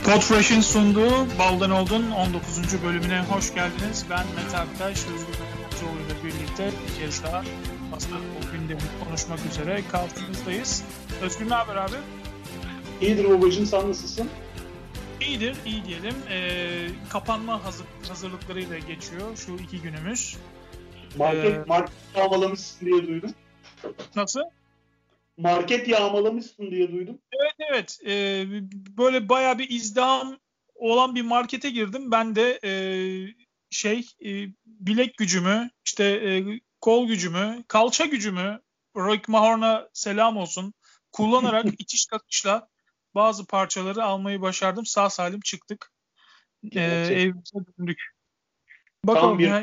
Podfresh'in sunduğu Baldan Old'un 19. bölümüne hoş geldiniz. Ben Mete Aktaş, Özgür Karamanlıoğlu ile birlikte bir kez daha basketbol gündemini konuşmak üzere karşınızdayız. Özgür, ne haber abi? İyidir babacığım, sen nasılsın? İyidir, iyi diyelim. Kapanma hazırlıklarıyla geçiyor şu iki günümüz. Market yağmalamışsın diye duydum. Nasıl? Market yağmalamışsın diye duydum. Evet. Böyle bayağı bir izdiham olan bir markete girdim. Ben de bilek gücümü, kol gücümü, kalça gücümü, Rick Mahorn'a selam olsun, kullanarak itiş kakışla bazı parçaları almayı başardım. Sağ salim çıktık. Evimize döndük. Bakalım ya.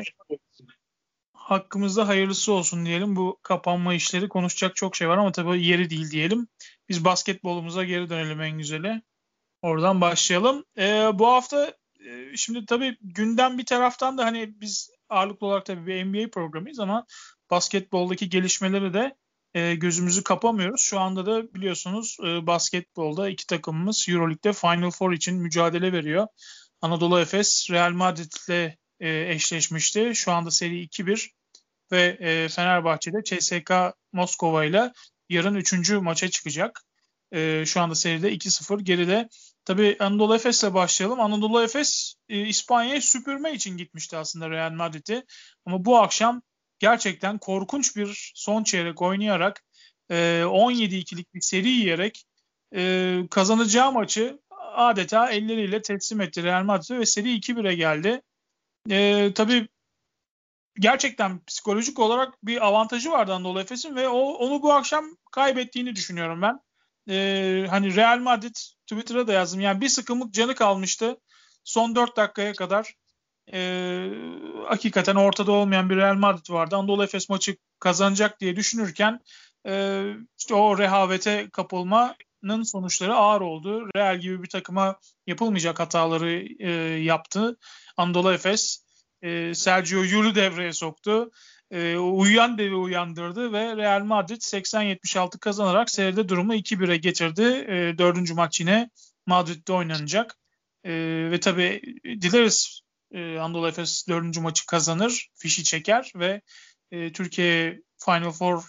Hakkımızda hayırlısı olsun diyelim. Bu kapanma işleri konuşacak çok şey var ama tabii yeri değil diyelim. Biz basketbolumuza geri dönelim en güzeli. Oradan başlayalım. Bu hafta şimdi tabii gündem bir taraftan da hani biz ağırlıklı olarak tabii bir NBA programıyız ama basketboldaki gelişmeleri de gözümüzü kapamıyoruz. Şu anda da biliyorsunuz basketbolda iki takımımız EuroLeague'de Final Four için mücadele veriyor. Anadolu Efes Real Madrid'le eşleşmişti. Şu anda seri 2-1 ve Fenerbahçe'de CSKA Moskova ile yarın 3. maça çıkacak. Şu anda seride 2-0 geride. Tabii Anadolu Efes'le başlayalım. Anadolu Efes İspanya'ya süpürme için gitmişti aslında Real Madrid'i. Ama bu akşam gerçekten korkunç bir son çeyrek oynayarak 17-2'lik bir seri yiyerek kazanacağı maçı adeta elleriyle teslim etti Real Madrid'e ve seri 2-1'e geldi. Tabii gerçekten psikolojik olarak bir avantajı vardı Anadolu Efes'in ve onu bu akşam kaybettiğini düşünüyorum ben. Hani Real Madrid, Twitter'a da yazdım. Yani bir sıkımlık canı kalmıştı. Son 4 dakikaya kadar hakikaten ortada olmayan bir Real Madrid vardı. Anadolu Efes maçı kazanacak diye düşünürken işte o rehavete kapılmanın sonuçları ağır oldu. Real gibi bir takıma yapılmayacak hataları yaptı Anadolu Efes. Sergio Yul'u devreye soktu. Uyuyan devi uyandırdı ve Real Madrid 80-76 kazanarak seride durumu 2-1'e getirdi. 4. maç yine Madrid'de oynanacak. Ve tabii dileriz Anadolu Efes 4. maçı kazanır, fişi çeker ve Türkiye Final Four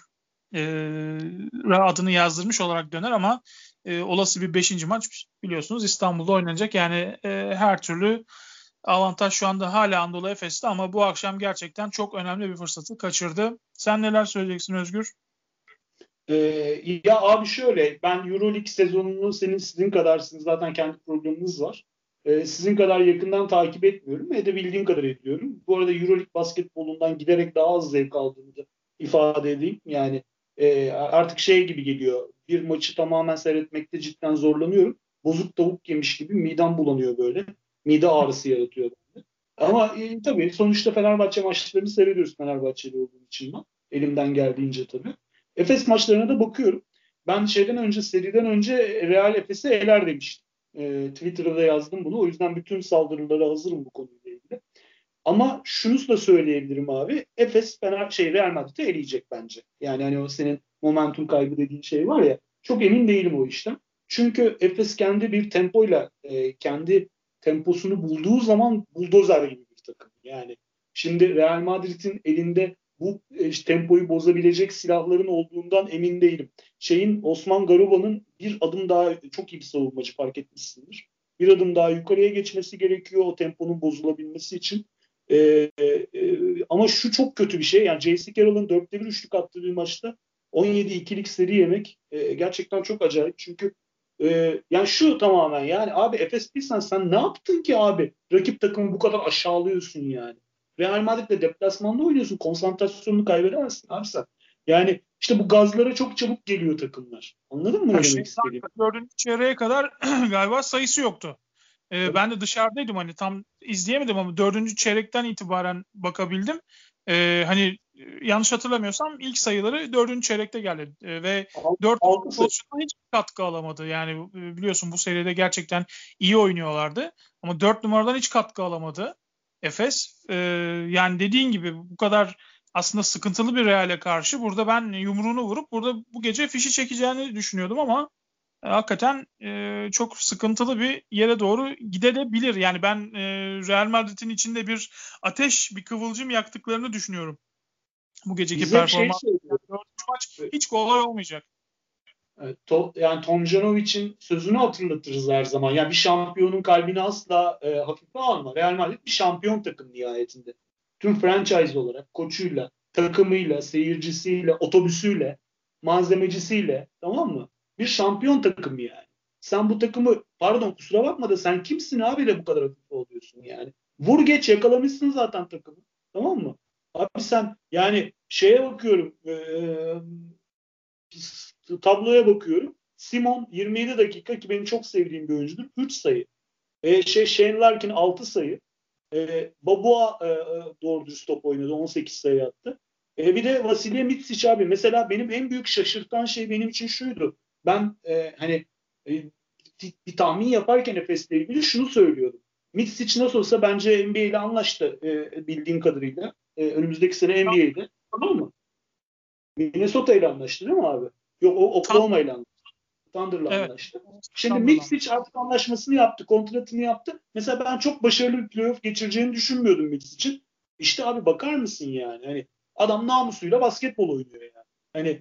adını yazdırmış olarak döner ama olası bir 5. maç biliyorsunuz İstanbul'da oynanacak. Yani her türlü avantaj şu anda hala Anadolu Efes'te ama bu akşam gerçekten çok önemli bir fırsatı kaçırdı. Sen neler söyleyeceksin Özgür? Ya abi şöyle, ben EuroLeague sezonunu sizin kadarsınız, zaten kendi programınız var. Sizin kadar yakından takip etmiyorum. Edebildiğim kadar ediyorum. Bu arada EuroLeague basketbolundan giderek daha az zevk aldığımı da ifade edeyim. Yani artık şey gibi geliyor. Bir maçı tamamen seyretmekte cidden zorlanıyorum. Bozuk tavuk yemiş gibi midem bulanıyor böyle. Mide ağrısı yaratıyor bende. Ama tabii sonuçta Fenerbahçe maçlarını seyrediyoruz, Fenerbahçeli olduğum için ben. Elimden geldiğince tabii. Efes maçlarına da bakıyorum. Ben seriden önce Real Efes'i eler demiştim. Twitter'da yazdım bunu. O yüzden bütün saldırılara hazırım bu konuyla ilgili. Ama şunu da söyleyebilirim abi. Efes Real Madrid'i eleyecek bence. Yani hani o senin momentum kaybı dediğin şey var ya. Çok emin değilim o işten. Çünkü Efes kendi bir tempoyla kendi temposunu bulduğu zaman buldozer gibi bir takım. Yani şimdi Real Madrid'in elinde bu tempoyu bozabilecek silahların olduğundan emin değilim. Osman Garuba'nın bir adım daha, çok iyi bir savunmacı, fark etmişsindir. Bir adım daha yukarıya geçmesi gerekiyor o temponun bozulabilmesi için. Ama şu çok kötü bir şey. Yani J.C. Carroll'ın 4'te 1 üçlük attığı bir maçta 17-2'lik seri yemek gerçekten çok acayip. Çünkü yani şu tamamen, yani abi Efes değilsen sen ne yaptın ki abi? Rakip takımı bu kadar aşağılıyorsun yani. Real Madrid'le deplasmanda oynuyorsun. Konsantrasyonunu kaybedemezsin abi sen. Yani işte bu gazlara çok çabuk geliyor takımlar. Anladın mı ne demek istediğimi? 4. çeyreğe kadar galiba sayısı yoktu. Ben de dışarıdaydım, hani tam izleyemedim ama 4. çeyrekten itibaren bakabildim. Hani yanlış hatırlamıyorsam ilk sayıları 4. çeyrekte geldi. Ve 4 pozisyondan hiç katkı alamadı. Yani biliyorsun bu seride gerçekten iyi oynuyorlardı. Ama 4 numaradan hiç katkı alamadı Efes. Yani dediğin gibi bu kadar aslında sıkıntılı bir Real'e karşı burada ben yumruğunu vurup burada bu gece fişi çekeceğini düşünüyordum ama hakikaten çok sıkıntılı bir yere doğru gidebilir. Yani ben Real Madrid'in içinde bir ateş, bir kıvılcım yaktıklarını düşünüyorum. Bu geceki Biz hep performans. söylüyoruz. Dördüncü maç hiç kolay olmayacak. Yani Tomjanovic'in sözünü hatırlatırız her zaman. Yani bir şampiyonun kalbini asla hafife alma. Real Madrid bir şampiyon takım nihayetinde. Tüm franchise olarak, koçuyla, takımıyla, seyircisiyle, otobüsüyle, malzemecisiyle, tamam mı? Bir şampiyon takımı yani. Sen bu takımı, pardon kusura bakma da sen kimsin abi de bu kadar hafife oluyorsun yani. Vur geç yakalamışsın zaten takımı. Tamam mı? Abi sen yani şeye bakıyorum, tabloya bakıyorum. Simon 27 dakika ki benim çok sevdiğim bir oyuncudur. 3 sayı. Shane Larkin 6 sayı. Babua doğru düz top oynadı. 18 sayı attı. Bir de Vasilya Mitsic abi. Mesela benim en büyük şaşırtan şey benim için şuydu. Ben hani bir tahmin yaparken Efes'le ilgili şunu söylüyordum. Mitsic nasıl olsa bence NBA ile anlaştı bildiğim kadarıyla. Önümüzdeki sene NBA'de. Tamam mı? Minnesota ile anlaştı değil mi abi? Yok o Oklahoma ile anlaştı. Thunder'la Evet. anlaştı. Şimdi Mitsic artık anlaşmasını yaptı, kontratını yaptı. Mesela ben çok başarılı bir playoff geçireceğini düşünmüyordum Mitsic'in. İşte abi bakar mısın yani? Hani adam namusuyla basketbol oynuyor yani. Hani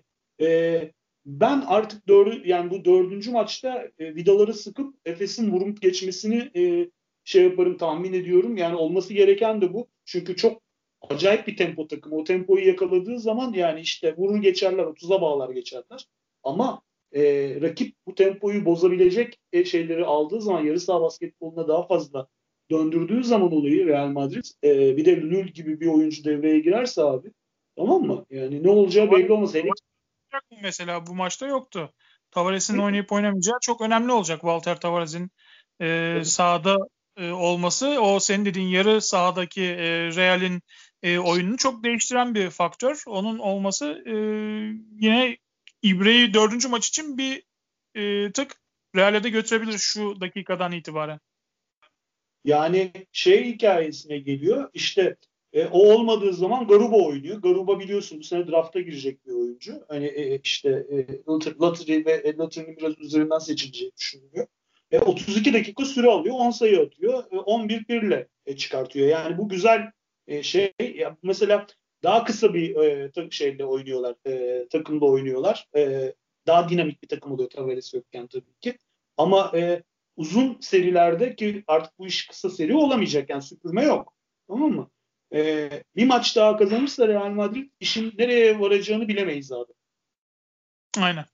ben artık yani bu dördüncü maçta vidaları sıkıp Efes'in vurup geçmesini şey yaparım tahmin ediyorum. Yani olması gereken de bu. Çünkü çok acayip bir tempo takımı. O tempoyu yakaladığı zaman yani işte vurur geçerler, 30'a bağlar geçerler. Ama rakip bu tempoyu bozabilecek şeyleri aldığı zaman yarı saha basketboluna daha fazla döndürdüğü zaman olayı Real Madrid bir de Lul gibi bir oyuncu devreye girerse abi tamam mı? Yani ne olacağı belli olmaz. Hele mesela bu maçta yoktu. Tavares'in oynayıp oynamayacağı çok önemli olacak. Walter Tavares'in sahada olması. O senin dediğin yarı sahadaki Real'in oyununu çok değiştiren bir faktör. Onun olması yine İbre'yi dördüncü maç için bir tık Real'e de götürebilir şu dakikadan itibaren. yani şey hikayesine geliyor. İşte o olmadığı zaman Garuba oynuyor. Garuba biliyorsun bu sene drafta girecek bir oyuncu. Hani işte lottery ve lottery'nin biraz üzerinden seçileceği düşünülüyor. 32 dakika süre alıyor. 10 sayı atıyor. 11 birle çıkartıyor. Yani bu güzel şey. Ya mesela daha kısa bir şeyle oynuyorlar. Takımda oynuyorlar. Daha dinamik bir takım oluyor Tavares yokken tabii ki. Ama uzun serilerde ki artık bu iş kısa seri olamayacak yani süpürme yok. Tamam mı? Bir maç daha kazanırsa Real Madrid işin nereye varacağını bilemeyiz abi. Aynen.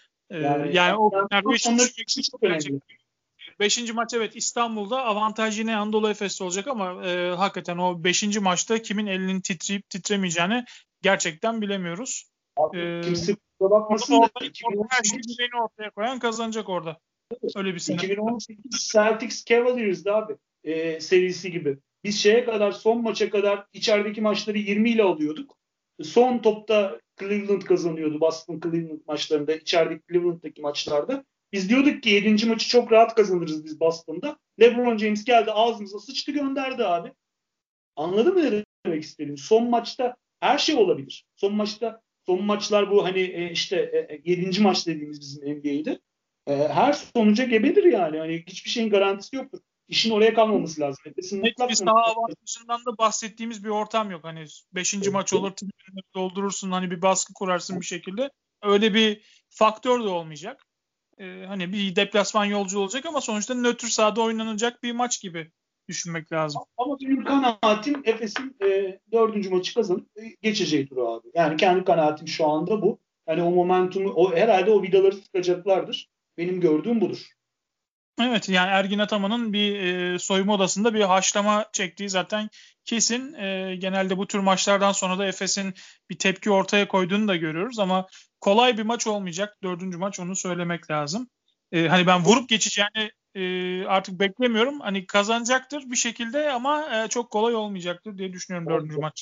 Yani o bu Fenerbahçe onlar için çok önemli. Beşinci maç evet İstanbul'da avantaj yine Anadolu Efes'te olacak ama hakikaten o beşinci maçta kimin elinin titreyip titremeyeceğini gerçekten bilemiyoruz. Abi, kimse kusura bakmasın da Her şeyi 2018 beni ortaya koyan kazanacak orada. Öyle bir sene. 2018 Celtics Cavaliers'dı abi serisi gibi. Biz şeye kadar son maça kadar içerideki maçları 20 ile alıyorduk. Son topta Cleveland kazanıyordu Boston Cleveland maçlarında içerideki Cleveland'daki maçlarda. Biz diyorduk ki 7. maçı çok rahat kazanırız biz Boston'da. LeBron James geldi ağzımıza sıçtı gönderdi abi. Anladın mı ne demek istediğim? Son maçta her şey olabilir. Son maçlar bu hani işte 7. maç dediğimiz bizim NBA'de. Her sonuca gebedir yani. Hani hiçbir şeyin garantisi yoktur. İşin oraya kalmaması lazım. Efes'in Net bir mutlak saha avantajından da bahsettiğimiz bir ortam yok. Hani 5. maç olur, tribünleri doldurursun, hani bir baskı kurarsın bir şekilde. Öyle bir faktör de olmayacak. Hani bir deplasman yolcu olacak ama sonuçta nötr sahada oynanacak bir maç gibi düşünmek lazım. Ama benim kanaatim Efes'in 4. maçı kazanıp geçeceği turu abi. Yani kendi kanaatim şu anda bu. Hani o momentumu, herhalde o vidaları sıkacaklardır. Benim gördüğüm budur. Evet yani Ergin Ataman'ın bir soyunma odasında bir haşlama çektiği zaten kesin. Genelde bu tür maçlardan sonra da Efes'in bir tepki ortaya koyduğunu da görüyoruz ama kolay bir maç olmayacak. 4. maç onu söylemek lazım. Hani ben vurup geçeceğini artık beklemiyorum. Hani kazanacaktır bir şekilde ama çok kolay olmayacaktır diye düşünüyorum 4. maç.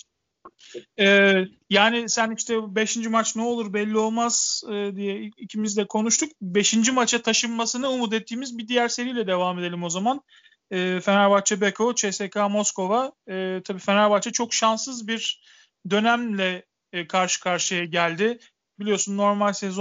Yani sen işte 5. maç ne olur belli olmaz diye ikimiz de konuştuk. 5. maça taşınmasını umut ettiğimiz bir diğer seriyle devam edelim o zaman. Fenerbahçe Beko, CSKA Moskova. Tabii Fenerbahçe çok şanssız bir dönemle karşı karşıya geldi. Biliyorsun normal sezon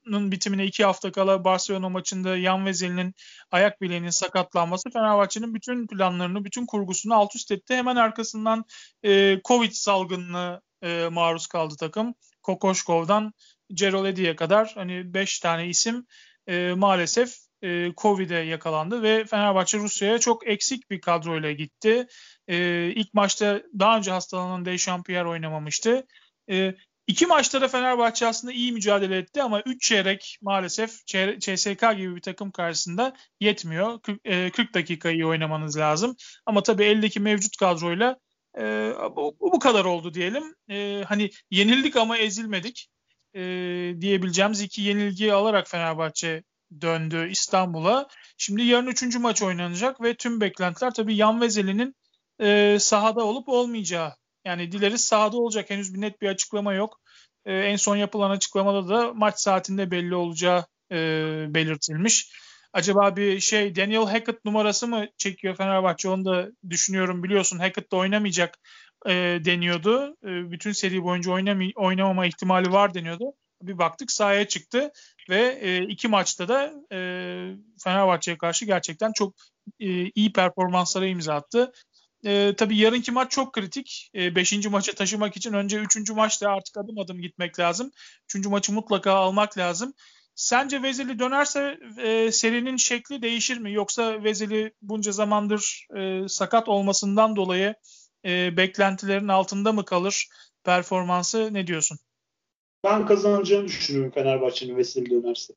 haftanın bitimine 2 hafta kala Barcelona maçında Jan Vezeli'nin ayak bileğinin sakatlanması Fenerbahçe'nin bütün planlarını, bütün kurgusunu alt üst etti. Hemen arkasından Covid salgınına maruz kaldı takım. Kokoşkov'dan Ceroledi'ye kadar hani 5 tane isim maalesef Covid'e yakalandı ve Fenerbahçe Rusya'ya çok eksik bir kadroyla gitti. İlk maçta daha önce hastalanan Dechampierre oynamamıştı. İki maçta da Fenerbahçe aslında iyi mücadele etti ama 3 çeyrek maalesef CSKA gibi bir takım karşısında yetmiyor. 40 dakika iyi oynamanız lazım. Ama tabii eldeki mevcut kadroyla bu kadar oldu diyelim. Hani yenildik ama ezilmedik diyebileceğimiz 2 yenilgiyi alarak Fenerbahçe döndü İstanbul'a. Şimdi yarın 3. maç oynanacak ve tüm beklentiler tabii Jan Vezeli'nin sahada olup olmayacağı. Yani dileriz sahada olacak. Henüz bir net bir açıklama yok. En son yapılan açıklamada da maç saatinde belli olacağı belirtilmiş. Acaba bir Daniel Hackett numarası mı çekiyor Fenerbahçe? Onu da düşünüyorum. Biliyorsun Hackett da oynamayacak deniyordu. Bütün seri boyunca oynamama ihtimali var deniyordu. Bir baktık sahaya çıktı ve 2 maçta da Fenerbahçe'ye karşı gerçekten çok iyi performanslara imza attı. Tabii yarınki maç çok kritik. 5. maça taşımak için önce 3. maçta artık adım adım gitmek lazım. 3. maçı mutlaka almak lazım. Sence Vezeli dönerse serinin şekli değişir mi? Yoksa Vezeli bunca zamandır sakat olmasından dolayı beklentilerin altında mı kalır? Performansı ne diyorsun? Ben kazanacağını düşünüyorum Fenerbahçe'nin Veseli dönerse.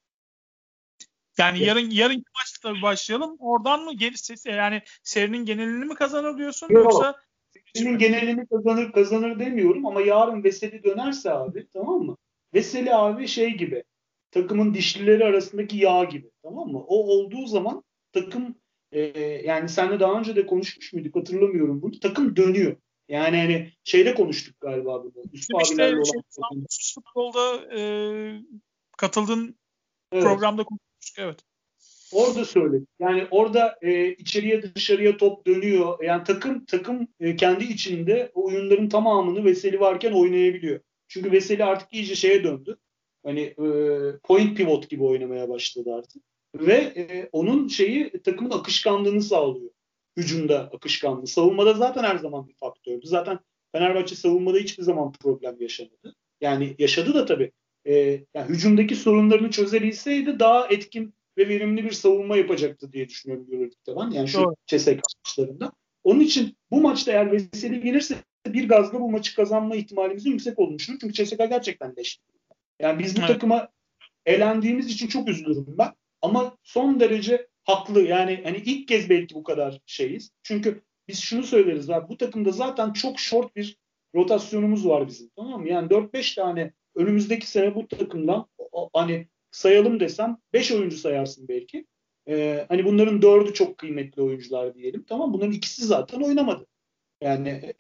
Yani yarınki maçla başlayalım. Oradan mı yani serinin genelini mi kazanır diyorsun yoksa serinin genelini kazanır demiyorum ama yarın Veseli dönerse abi, tamam mı? Veseli abi gibi, takımın dişlileri arasındaki yağ gibi, tamam mı? O olduğu zaman takım yani seninle daha önce de konuşmuş muyduk hatırlamıyorum bunu. Takım dönüyor. Yani hani konuştuk galiba bunu. Yusuf abilerle olan. futbolda katıldığın Evet. programda konuşmuştuk. Evet. Orada söyledim. Yani orada içeriye dışarıya top dönüyor. Yani takım kendi içinde oyunların tamamını Veseli varken oynayabiliyor. Çünkü Veseli artık iyice döndü. Hani point pivot gibi oynamaya başladı artık. Ve onun takımın akışkanlığını sağlıyor. Hücumda akışkanlığı. Savunmada zaten her zaman bir faktördü. Zaten Fenerbahçe savunmada hiçbir zaman problem yaşamadı. Yani yaşadı da tabii. Yani hücumdaki sorunlarını çözebilseydi daha etkin ve verimli bir savunma yapacaktı diye düşünüyorum Euroleague'de ben. Yani şu CSKA maçlarında. Onun için bu maçta eğer Veseli gelirse bir gazla bu maçı kazanma ihtimalimizin yüksek olduğunu düşünüyorum. Çünkü CSKA gerçekten leşti. Yani biz bu takıma elendiğimiz için çok üzülürüm ben. Ama son derece haklı. Yani hani ilk kez belki bu kadar şeyiz. Çünkü biz şunu söyleriz abi. Bu takımda zaten çok short bir rotasyonumuz var bizim. Tamam mı? Yani 4-5 tane önümüzdeki sene bu takımdan hani sayalım desem 5 oyuncu sayarsın belki. Hani bunların 4'ü çok kıymetli oyuncular diyelim. Tamam, bunların ikisi zaten oynamadı. Yani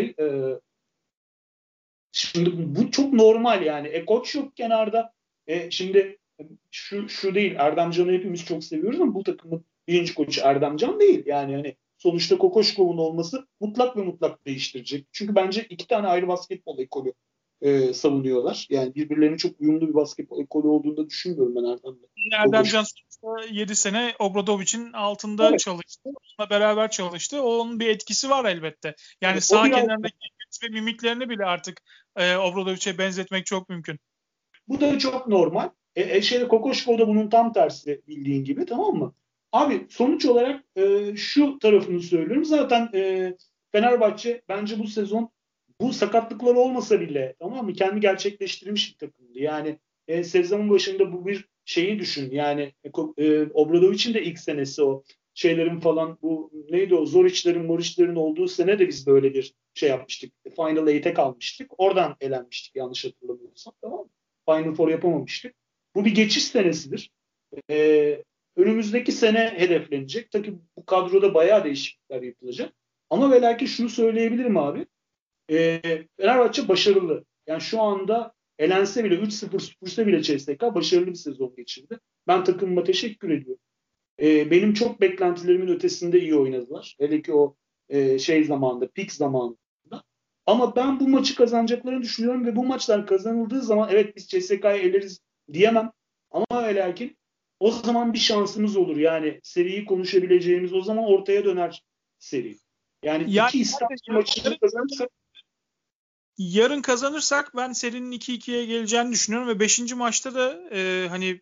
şimdi bu çok normal yani. Koç yok kenarda. Şimdi şu değil. Erdemcan'ı hepimiz çok seviyoruz ama bu takımın birinci koçu Erdemcan değil. Yani hani sonuçta Kokoşkov'un olması mutlak ve mutlak değiştirecek. Çünkü bence 2 tane ayrı basketbol ekolü savunuyorlar. Yani birbirlerine çok uyumlu bir basketbol ekolü olduğunu da düşünmüyorum ben Erdem'le. Erdemcan 7 sene Obradovic'in altında çalıştı. Onunla beraber çalıştı. Onun bir etkisi var elbette. Yani sağ kenarındaki ve mimiklerini bile artık Obradovic'e benzetmek çok mümkün. Bu da çok normal. Kokoşkov da bunun tam tersi bildiğin gibi, tamam mı? Abi sonuç olarak şu tarafını söylüyorum. Zaten Fenerbahçe bence bu sezon bu sakatlıklar olmasa bile, tamam mı, kendi gerçekleştirmiş bir takımdı. Yani sezonun başında bu bir düşün. Yani Obradovic'in de ilk senesi o şeylerin falan, bu neydi o Zoric'lerin olduğu sene de biz böyle bir yapmıştık. Final 8'e kalmıştık. Oradan elenmiştik yanlış hatırlamıyorsam, tamam mı? Final Four yapamamıştık. Bu bir geçiş senesidir. Önümüzdeki sene hedeflenecek. Tabii bu kadroda bayağı değişiklikler yapılacak. Ama ve lakin şunu söyleyebilirim abi. Fenerbahçe başarılı. Yani şu anda elense bile 3-0 süpürse bile CSKA başarılı bir sezon geçirdi. Ben takımıma teşekkür ediyorum. Benim çok beklentilerimin ötesinde iyi oynadılar. Hele ki o zamanında, peak zamanında. Ama ben bu maçı kazanacaklarını düşünüyorum ve bu maçlar kazanıldığı zaman evet biz CSK'yı eleriz diyemem. Ama ve lakin o zaman bir şansımız olur. Yani seriyi konuşabileceğimiz o zaman ortaya döner seri. Yani Yani iki İstanbul maçını kazanırsak yarın kazanırsak ben serinin 2-2'ye geleceğini düşünüyorum ve 5. maçta da hani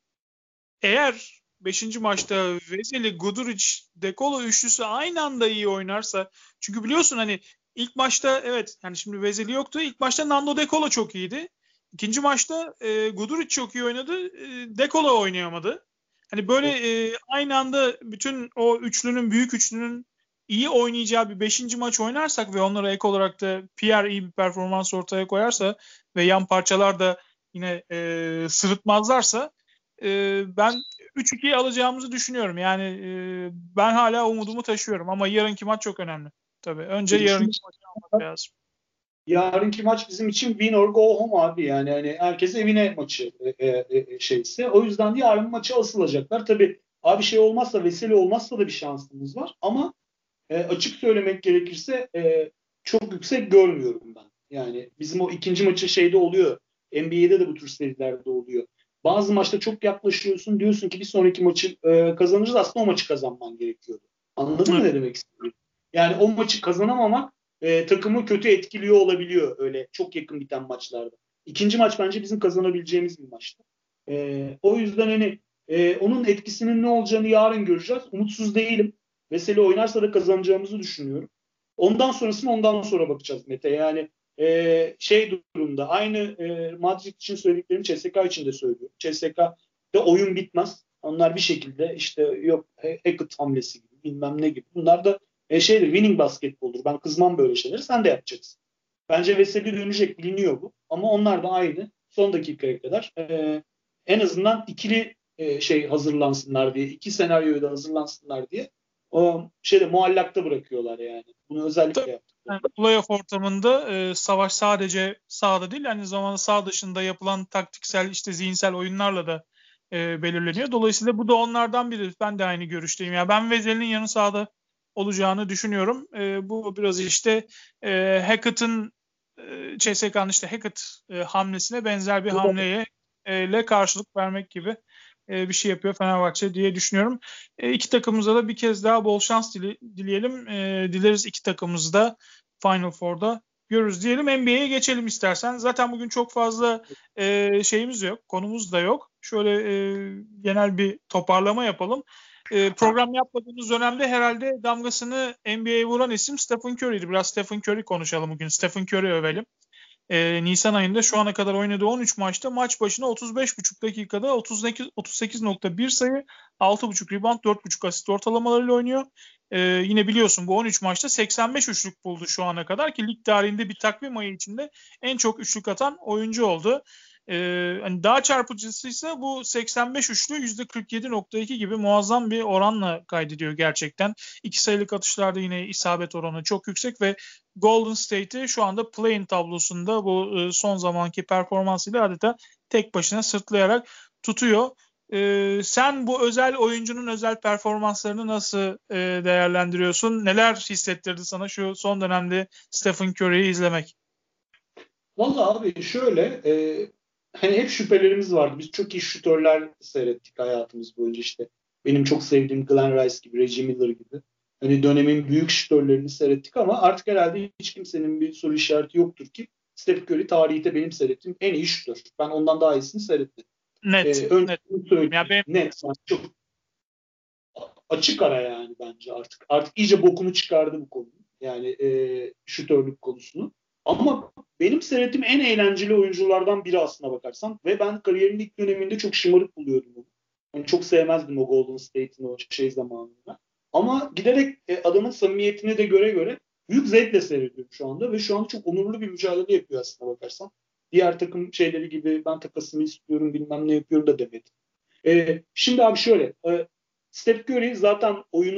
eğer 5. maçta Veseli, Guduric, De Colo üçlüsü aynı anda iyi oynarsa, çünkü biliyorsun hani ilk maçta evet hani şimdi Veseli yoktu. İlk maçta Nando De Colo çok iyiydi. İkinci maçta Guduric çok iyi oynadı. De Colo oynayamadı. Hani böyle aynı anda bütün o büyük üçlünün iyi oynayacağı bir 5. maç oynarsak ve onlara ek olarak da Pierre iyi bir performans ortaya koyarsa ve yan parçalar da yine sırıtmazlarsa ben 3-2'yi alacağımızı düşünüyorum. Yani ben hala umudumu taşıyorum ama yarınki maç çok önemli. Tabii. Önce yarınki maçı almak lazım. yarınki maç bizim için win or go home abi, yani hani herkes evine maçı şeyse. O yüzden de yarın maçı asılacaklar. Tabii abi şey olmazsa, Veseli olmazsa da bir şansımız var ama açık söylemek gerekirse çok yüksek görmüyorum ben. Yani bizim o ikinci maçı şeyde oluyor. NBA'de de bu tür serilerde oluyor. Bazı maçta çok yaklaşıyorsun, diyorsun ki bir sonraki maçı kazanırız. Aslında o maçı kazanman gerekiyordu. Anladın mı Evet. ne demek istiyorum? Yani o maçı kazanamamak takımı kötü etkiliyor olabiliyor öyle çok yakın biten maçlarda. İkinci maç bence bizim kazanabileceğimiz bir maçtı. O yüzden hani onun etkisinin ne olacağını yarın göreceğiz. Umutsuz değilim. Veseli oynarsa da kazanacağımızı düşünüyorum. Ondan sonra bakacağız Mete. Yani şey durumda aynı Madrid için söylediklerimi CSK için de söylüyorum. CSK'da oyun bitmez. Onlar bir şekilde işte yok Hackett hamlesi gibi bilmem ne gibi. Bunlar da winning basketboldur. Ben kızmam böyle şeyleri. Sen de yapacaksın. Bence Veseli dönecek, biliniyor bu. Ama onlar da aynı son dakikaya kadar en azından ikili hazırlansınlar diye, iki senaryoyu da hazırlansınlar diye o muallakta bırakıyorlar yani. Bunu özellikle yaptıkları. Yani playoff ortamında savaş sadece sahada değil, aynı zamanda saha dışında yapılan taktiksel işte zihinsel oyunlarla da belirleniyor. Dolayısıyla bu da onlardan biri. Ben de aynı görüşteyim. Yani ben Vezeli'nin yanı sahada olacağını düşünüyorum. Bu biraz işte Hackett'ın CSK'nın işte Hackett hamlesine benzer bir hamleye karşılık vermek gibi bir şey yapıyor Fenerbahçe diye düşünüyorum. İki takımımıza da bir kez daha bol şans dileyelim. Dileriz iki takımımızı da Final Four'da görürüz diyelim. NBA'ye geçelim istersen. Zaten bugün çok fazla şeyimiz yok, konumuz da yok. Şöyle genel bir toparlama yapalım. Program yapmadığımız dönemde herhalde damgasını NBA'ye vuran isim Stephen Curry'di. Biraz Stephen Curry konuşalım bugün. Stephen Curry övelim. Nisan ayında şu ana kadar oynadığı 13 maçta maç başına 35,5 dakikada 38,1 sayı, 6,5 rebound, 4,5 asist ortalamalarıyla oynuyor. Yine biliyorsun bu 13 maçta 85 üçlük buldu şu ana kadar ki lig tarihinde bir takvim ayı içinde en çok üçlük atan oyuncu oldu. Hani daha çarpıcısı ise bu 85 üçlü %47,2 gibi muazzam bir oranla kaydediyor gerçekten. İki sayılık atışlarda yine isabet oranı çok yüksek ve Golden State'i şu anda play-in tablosunda bu son zamanki performansıyla adeta tek başına sırtlayarak tutuyor. Sen bu özel oyuncunun özel performanslarını nasıl değerlendiriyorsun? Neler hissettirdi sana şu son dönemde Stephen Curry'yi izlemek? Vallahi abi şöyle hani hep şüphelerimiz vardı. Biz çok iyi şutörler seyrettik hayatımız boyunca işte. Benim çok sevdiğim Glenn Rice gibi, Reggie Miller gibi. Hani dönemin büyük şutörlerini seyrettik ama artık herhalde hiç kimsenin bir soru işareti yoktur ki Steph Curry tarihte benim seyrettiğim en iyi şutör. Ben ondan daha iyisini seyretmedim. Net, Önce net. bunu söyleyeyim. Ya benim Net. Yani çok açık ara yani bence artık. Artık iyice bokunu çıkardı bu konu. Yani şutörlük konusunu. Ama benim seyrettiğim en eğlenceli oyunculardan biri aslına bakarsan. Ve ben kariyerin ilk döneminde çok şımarık buluyordum onu. Yani çok sevmezdim o Golden State'in o zamanında. Ama giderek adamın samimiyetine de göre büyük zevkle seyrediyorum şu anda. Ve şu anda çok onurlu bir mücadele yapıyor aslına bakarsan. Diğer takım şeyleri gibi ben takasımı istiyorum bilmem ne yapıyorum da demedim. Şimdi abi şöyle, Steph Curry zaten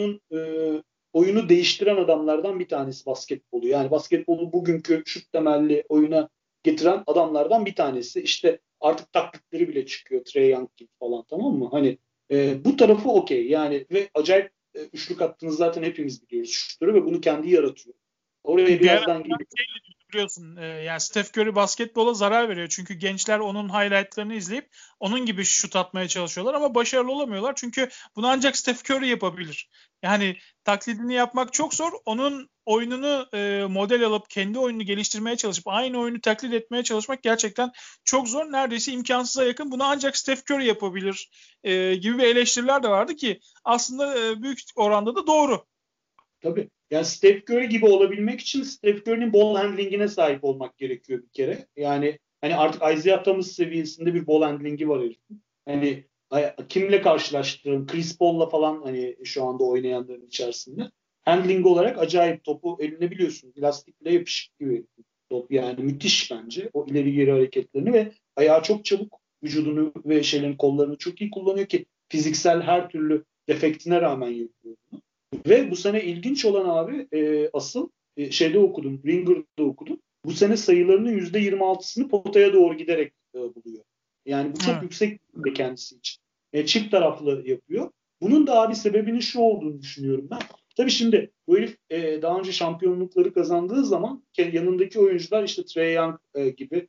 oyunu değiştiren adamlardan bir tanesi basketbolu. Yani basketbolu bugünkü şut temelli oyuna getiren adamlardan bir tanesi. İşte artık taklitleri bile çıkıyor. Trae Young gibi falan, tamam mı? Hani bu tarafı okey. Yani ve acayip üçlük attığını zaten hepimiz biliyoruz şutları ve bunu kendi yaratıyor. Oraya bir ara birazdan geliyor. biliyorsun. Yani Steph Curry basketbola zarar veriyor. Çünkü gençler onun highlightlarını izleyip onun gibi şut atmaya çalışıyorlar ama başarılı olamıyorlar. Çünkü bunu ancak Steph Curry yapabilir. Yani taklidini yapmak çok zor. Onun oyununu model alıp kendi oyununu geliştirmeye çalışıp aynı oyunu taklit etmeye çalışmak gerçekten çok zor. Neredeyse imkansıza yakın. Bunu ancak Steph Curry yapabilir gibi bir eleştiriler de vardı ki aslında büyük oranda da doğru. Tabii. Yani Steph Curry gibi olabilmek için Steph Curry'nin ball handling'ine sahip olmak gerekiyor bir kere. Yani hani artık Isaiah Thomas seviyesinde bir ball handling'i var herifin. Hani kimle karşılaştırırım? Chris Paul'la falan hani şu anda oynayanların içerisinde. Handling olarak acayip, topu eline biliyorsun. Lastikle yapışık gibi top. Yani müthiş bence. O ileri geri hareketlerini ve ayağı çok çabuk, vücudunu ve kollarını çok iyi kullanıyor ki fiziksel her türlü defektine rağmen yapıyor bunu. Ve bu sene ilginç olan abi asıl şeyde okudum, Ringer'da okudum. Bu sene sayılarının %26'sını potaya doğru giderek buluyor. Yani bu çok yüksek bir kendisi için. Çift taraflı yapıyor. Bunun da abi sebebinin şu olduğunu düşünüyorum ben. Tabii şimdi bu herif daha önce şampiyonlukları kazandığı zaman yanındaki oyuncular işte Trae Young gibi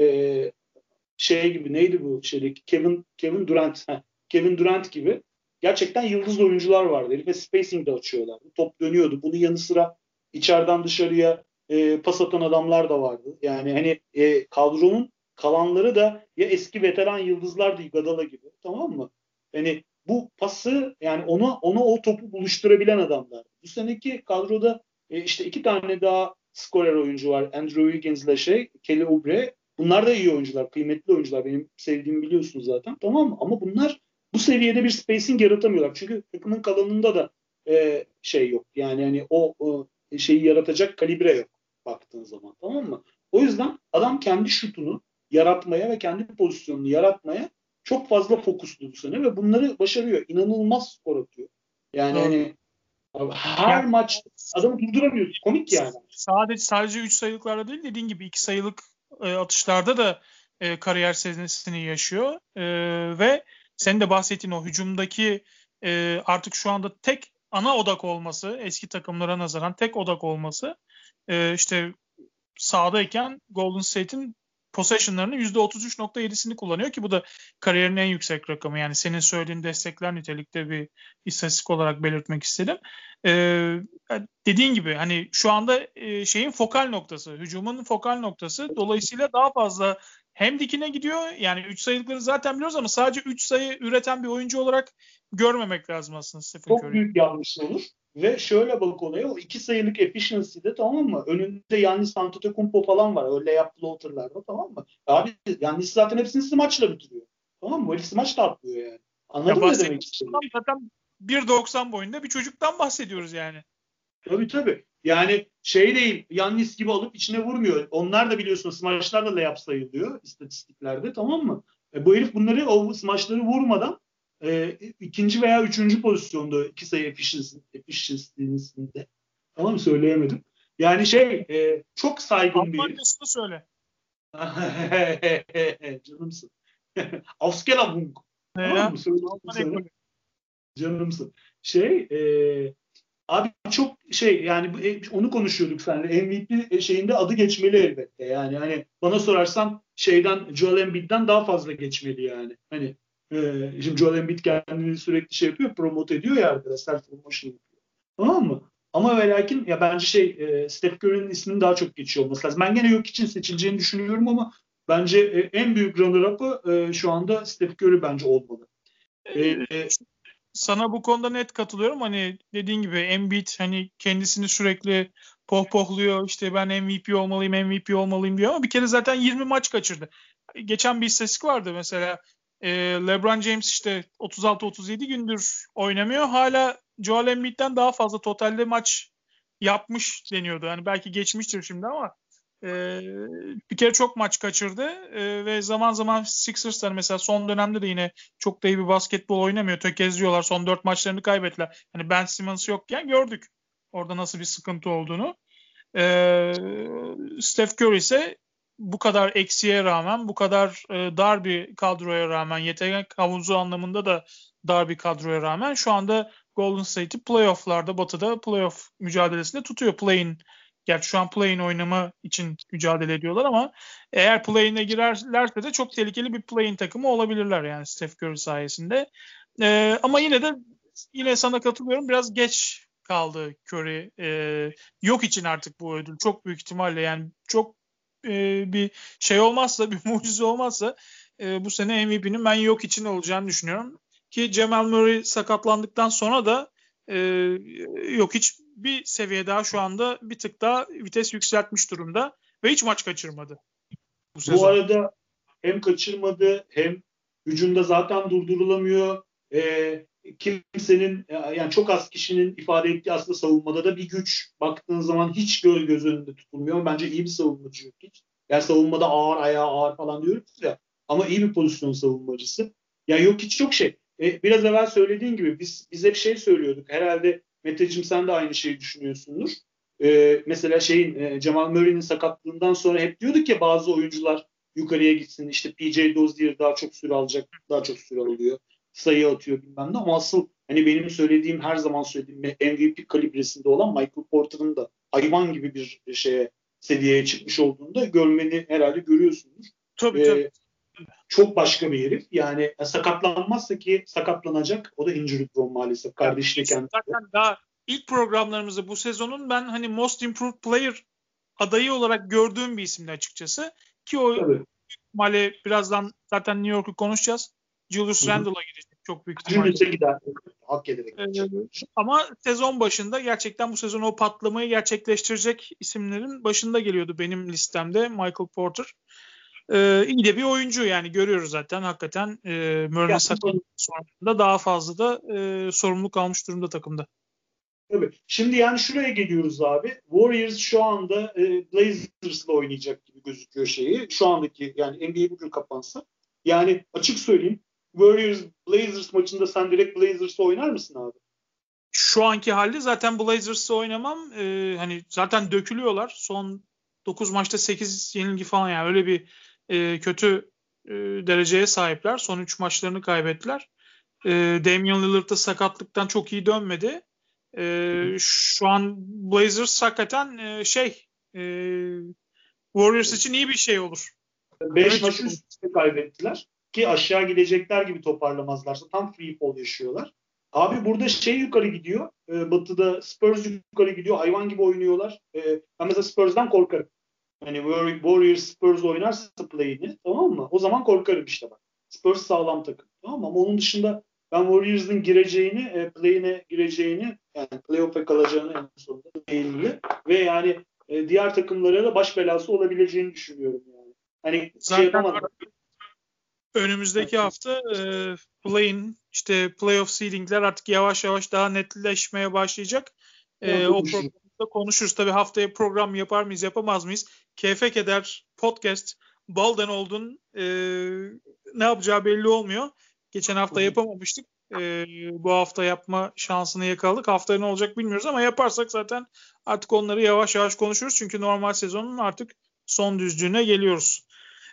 şey gibi, neydi bu şeydeki Kevin Durant. Kevin Durant gibi gerçekten yıldız oyuncular vardı. Ve spacing de açıyorlardı. Top dönüyordu. Bunun yanı sıra içeriden dışarıya pas atan adamlar da vardı. Yani hani kadronun kalanları da ya eski veteran yıldızlardı, Iguodala gibi. Tamam mı? Yani bu pası, yani ona o topu buluşturabilen adamlar. Bu seneki kadroda işte iki tane daha skorer oyuncu var. Andrew Wiggins ile Kelly Oubre. Bunlar da iyi oyuncular, kıymetli oyuncular. Benim sevdiğimi biliyorsunuz zaten. Tamam mı? Ama bunlar bu seviyede bir spacing yaratamıyorlar. Çünkü takımın kalanında da şey yok. Yani hani o şeyi yaratacak kalibre yok baktığın zaman. Tamam mı? O yüzden adam kendi şutunu yaratmaya ve kendi pozisyonunu yaratmaya çok fazla fokuslu bu sene ve bunları başarıyor. İnanılmaz skor atıyor. Yani Doğru. hani her Yani, maç adamı durduramıyorsun. Komik yani. Sadece 3 sayılıklarda değil, dediğin gibi 2 sayılık atışlarda da kariyer seviyesini yaşıyor. Ve senin de bahsettiğin o hücumdaki artık şu anda tek ana odak olması, eski takımlara nazaran tek odak olması, işte sahadayken Golden State'in possession'larının %33.7'sini kullanıyor ki bu da kariyerin en yüksek rakamı. Yani senin söylediğin destekler nitelikte bir istatistik olarak belirtmek istedim. Dediğin gibi hani şu anda şeyin fokal noktası, hücumun fokal noktası. Dolayısıyla daha fazla hem dikine gidiyor. Yani 3 sayılıkları zaten biliyoruz ama sadece 3 sayı üreten bir oyuncu olarak görmemek lazım aslında Stephen Çok Curry'i. büyük yanlış olur. Ve şöyle bak olaya, o 2 sayılık efficiency'de, tamam mı? Önünde Giannis Antetokounmpo falan var. Öyle yap floater'larda, tamam mı? Abi Giannis zaten hepsini smaçla bitiriyor. Tamam mı? Herif smaç da atlıyor yani. Ya Anladın mı ne demek istediğimi? bahsettiğim zaten 1.90 boyunda bir çocuktan bahsediyoruz yani. Tabii tabii. Yani şey değil, Yannis gibi alıp içine vurmuyor. Onlar da biliyorsunuz smaçlar da layup sayılıyor istatistiklerde, tamam mı? Bu herif bunları, o smaçları vurmadan ikinci veya üçüncü pozisyonda iki sayı efficiency'sinde. Tamam mı? Söyleyemedim. Yani çok saygın bir herif. Almancasını söyle. Canımsın. Auskelabung. Tamam Ya, mı? Söyleyeyim Alman sana. ekolü. Canımsın. Şey, abi çok yani onu konuşuyorduk seninle. MVP şeyinde adı geçmeli elbette. Yani hani bana sorarsan Joel Embiid'den daha fazla geçmeli yani. Hani şimdi Joel Embiid kendini sürekli şey yapıyor, promote ediyor ya arkadaşlar, promotion yapıyor. Tamam mı? Ama ve lakin ya bence Steph Curry'nin isminin daha çok geçiyor olması lazım. Ben gene yok için seçileceğini düşünüyorum ama bence en büyük runner-up'ı şu anda Steph Curry bence olmalı. Ee, Sana bu konuda net katılıyorum. Hani dediğin gibi Embiid hani kendisini sürekli pohpohluyor. İşte ben MVP olmalıyım, MVP olmalıyım diyor ama bir kere zaten 20 maç kaçırdı. Geçen bir istatistik vardı mesela. LeBron James işte 36-37 gündür oynamıyor. Hala Joel Embiid'den daha fazla totalde maç yapmış deniyordu. Yani belki geçmiştir şimdi ama bir kere çok maç kaçırdı ve zaman zaman Sixers'lar mesela son dönemde de yine çok da iyi bir basketbol oynamıyor. Tökezliyorlar. Son 4 maçlarını kaybettiler. Hani Ben Simmons yokken gördük orada nasıl bir sıkıntı olduğunu. Steph Curry ise bu kadar eksiğe rağmen, bu kadar dar bir kadroya rağmen, yetenek havuzu anlamında da dar bir kadroya rağmen şu anda Golden State'i playoff'larda, Batı'da playoff mücadelesinde tutuyor. Play-in Gerçi şu an play-in oynama için mücadele ediyorlar ama eğer play-in'e girerlerse de çok tehlikeli bir play-in takımı olabilirler yani Steph Curry sayesinde. Ama yine sana katılıyorum. Biraz geç kaldı Curry. Yok için artık bu ödül. Çok büyük ihtimalle yani çok bir şey olmazsa, bir mucize olmazsa bu sene MVP'nin ben yok için olacağını düşünüyorum. Ki Jamal Murray sakatlandıktan sonra da yok hiç bir seviye daha şu anda bir tık daha vites yükseltmiş durumda ve hiç maç kaçırmadı bu sezon. Bu arada hem kaçırmadı hem hücumda zaten durdurulamıyor. Kimsenin yani çok az kişinin ifade ettiği aslında savunmada da bir güç. Baktığın zaman hiç göz önünde tutulmuyor. Bence iyi bir savunmacı yok hiç. Yani savunmada ağır, ayağı ağır falan diyoruz ya. Ama iyi bir pozisyon savunmacısı. Ya yok hiç çok şey. Biraz evvel söylediğin gibi biz hep şey söylüyorduk. Herhalde Meteciğim sen de aynı şeyi düşünüyorsundur. Mesela Jamal Murray'nin sakatlığından sonra hep diyorduk ya bazı oyuncular yukarıya gitsin. İşte PJ Dozier daha çok süre alacak, daha çok süre alıyor. Sayı atıyor bilmem ne. Ama asıl hani benim söylediğim, her zaman söylediğim MVP kalibresinde olan Michael Porter'ın da hayvan gibi bir seviyeye çıkmış olduğunu da görmeni herhalde görüyorsunuz. Tabii. Çok başka bir herif. Yani sakatlanmazsa ki sakatlanacak. O da injury prone maalesef. Kardeşiyle kendisi. Zaten daha ilk programlarımızda bu sezonun ben hani Most Improved Player adayı olarak gördüğüm bir isimdi açıkçası. Ki o ihtimalle birazdan zaten New York'u konuşacağız. Julius Randle'a gidecek çok büyük ihtimalle. Julius'a gider. Hak ederek. Ama sezon başında gerçekten bu sezon o patlamayı gerçekleştirecek isimlerin başında geliyordu benim listemde Michael Porter. İyi de bir oyuncu yani görüyoruz zaten hakikaten Murray'nin sakatlığı sonrasında daha fazla da sorumluluk almış durumda takımda. Tabii. Şimdi yani şuraya geliyoruz abi. Warriors şu anda Blazers'la oynayacak gibi gözüküyor şeyi. Şu andaki yani NBA bugün kapansa. Yani açık söyleyeyim. Warriors-Blazers maçında sen direkt Blazers'ı oynar mısın abi? Şu anki halde zaten Blazers'ı oynamam. Hani zaten dökülüyorlar. Son 9 maçta 8 yenilgi falan yani öyle bir kötü dereceye sahipler. Son 3 maçlarını kaybettiler. Damian Lillard da sakatlıktan çok iyi dönmedi. Şu an Blazers hakikaten Warriors için iyi bir şey olur. 5 maçı üst üste kaybettiler. Ki aşağı gidecekler gibi toparlamazlarsa tam free fall yaşıyorlar. Abi burada yukarı gidiyor. Batı'da Spurs yukarı gidiyor. Hayvan gibi oynuyorlar. Ben mesela Spurs'dan korkarım. Hani Warriors Spurs oynarsa play'ini, tamam mı? O zaman korkarım işte bak. Spurs sağlam takım. Tamam mı? Ama onun dışında ben Warriors'ın gireceğini, play'ine gireceğini, yani playoff'a kalacağını en sonunda değinli ve yani diğer takımlara da baş belası olabileceğini düşünüyorum yani. Hani yapamadım. Önümüzdeki hafta play-in, işte playoff seedingler artık yavaş yavaş daha netleşmeye başlayacak. O programda konuşuruz. Tabii haftaya program yapar mıyız, yapamaz mıyız? Keyfe keder podcast baldan oldun. Ne yapacağı belli olmuyor. Geçen hafta yapamamıştık. Bu hafta yapma şansını yakaladık. Haftaya ne olacak bilmiyoruz ama yaparsak zaten artık onları yavaş yavaş konuşuruz. Çünkü normal sezonun artık son düzlüğüne geliyoruz.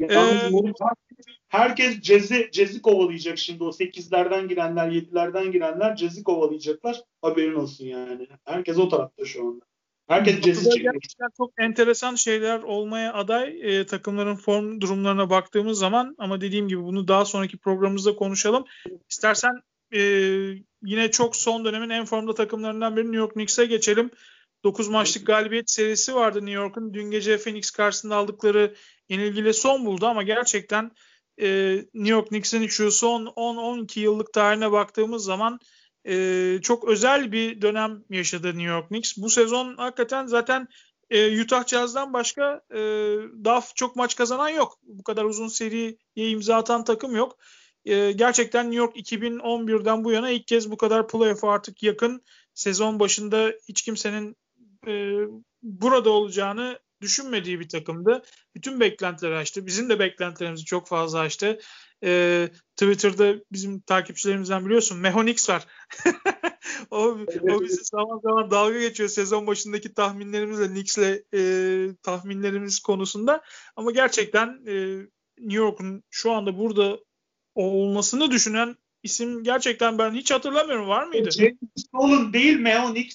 Herkes cezi kovalayacak şimdi. O 8'lerden girenler, 7'lerden girenler cezi kovalayacaklar. Haberin olsun yani. Herkes o tarafta şu anda. Herkes cezi çekiyor. Gerçekten çok enteresan şeyler olmaya aday takımların form durumlarına baktığımız zaman, ama dediğim gibi bunu daha sonraki programımızda konuşalım. İstersen yine çok son dönemin en formda takımlarından biri New York Knicks'e geçelim. 9 maçlık galibiyet serisi vardı New York'un. Dün gece Phoenix karşısında aldıkları yenilgiyle son buldu ama gerçekten New York Knicks'in şu son 10-12 yıllık tarihine baktığımız zaman çok özel bir dönem yaşadı New York Knicks. Bu sezon hakikaten zaten Utah Jazz'dan başka daha çok maç kazanan yok. Bu kadar uzun seriye imza atan takım yok. Gerçekten New York 2011'den bu yana ilk kez bu kadar playoff'a artık yakın. Sezon başında hiç kimsenin burada olacağını düşünmediği bir takımdı. Bütün beklentileri aştı. Bizim de beklentilerimizi çok fazla aştı. Twitter'da bizim takipçilerimizden biliyorsun Mehonix var. o bizi zaman zaman dalga geçiyor sezon başındaki tahminlerimizle, Knicks'le tahminlerimiz konusunda. Ama gerçekten New York'un şu anda burada olmasını düşünen isim gerçekten ben hiç hatırlamıyorum. Var mıydı? James Dolan değil Mehonix.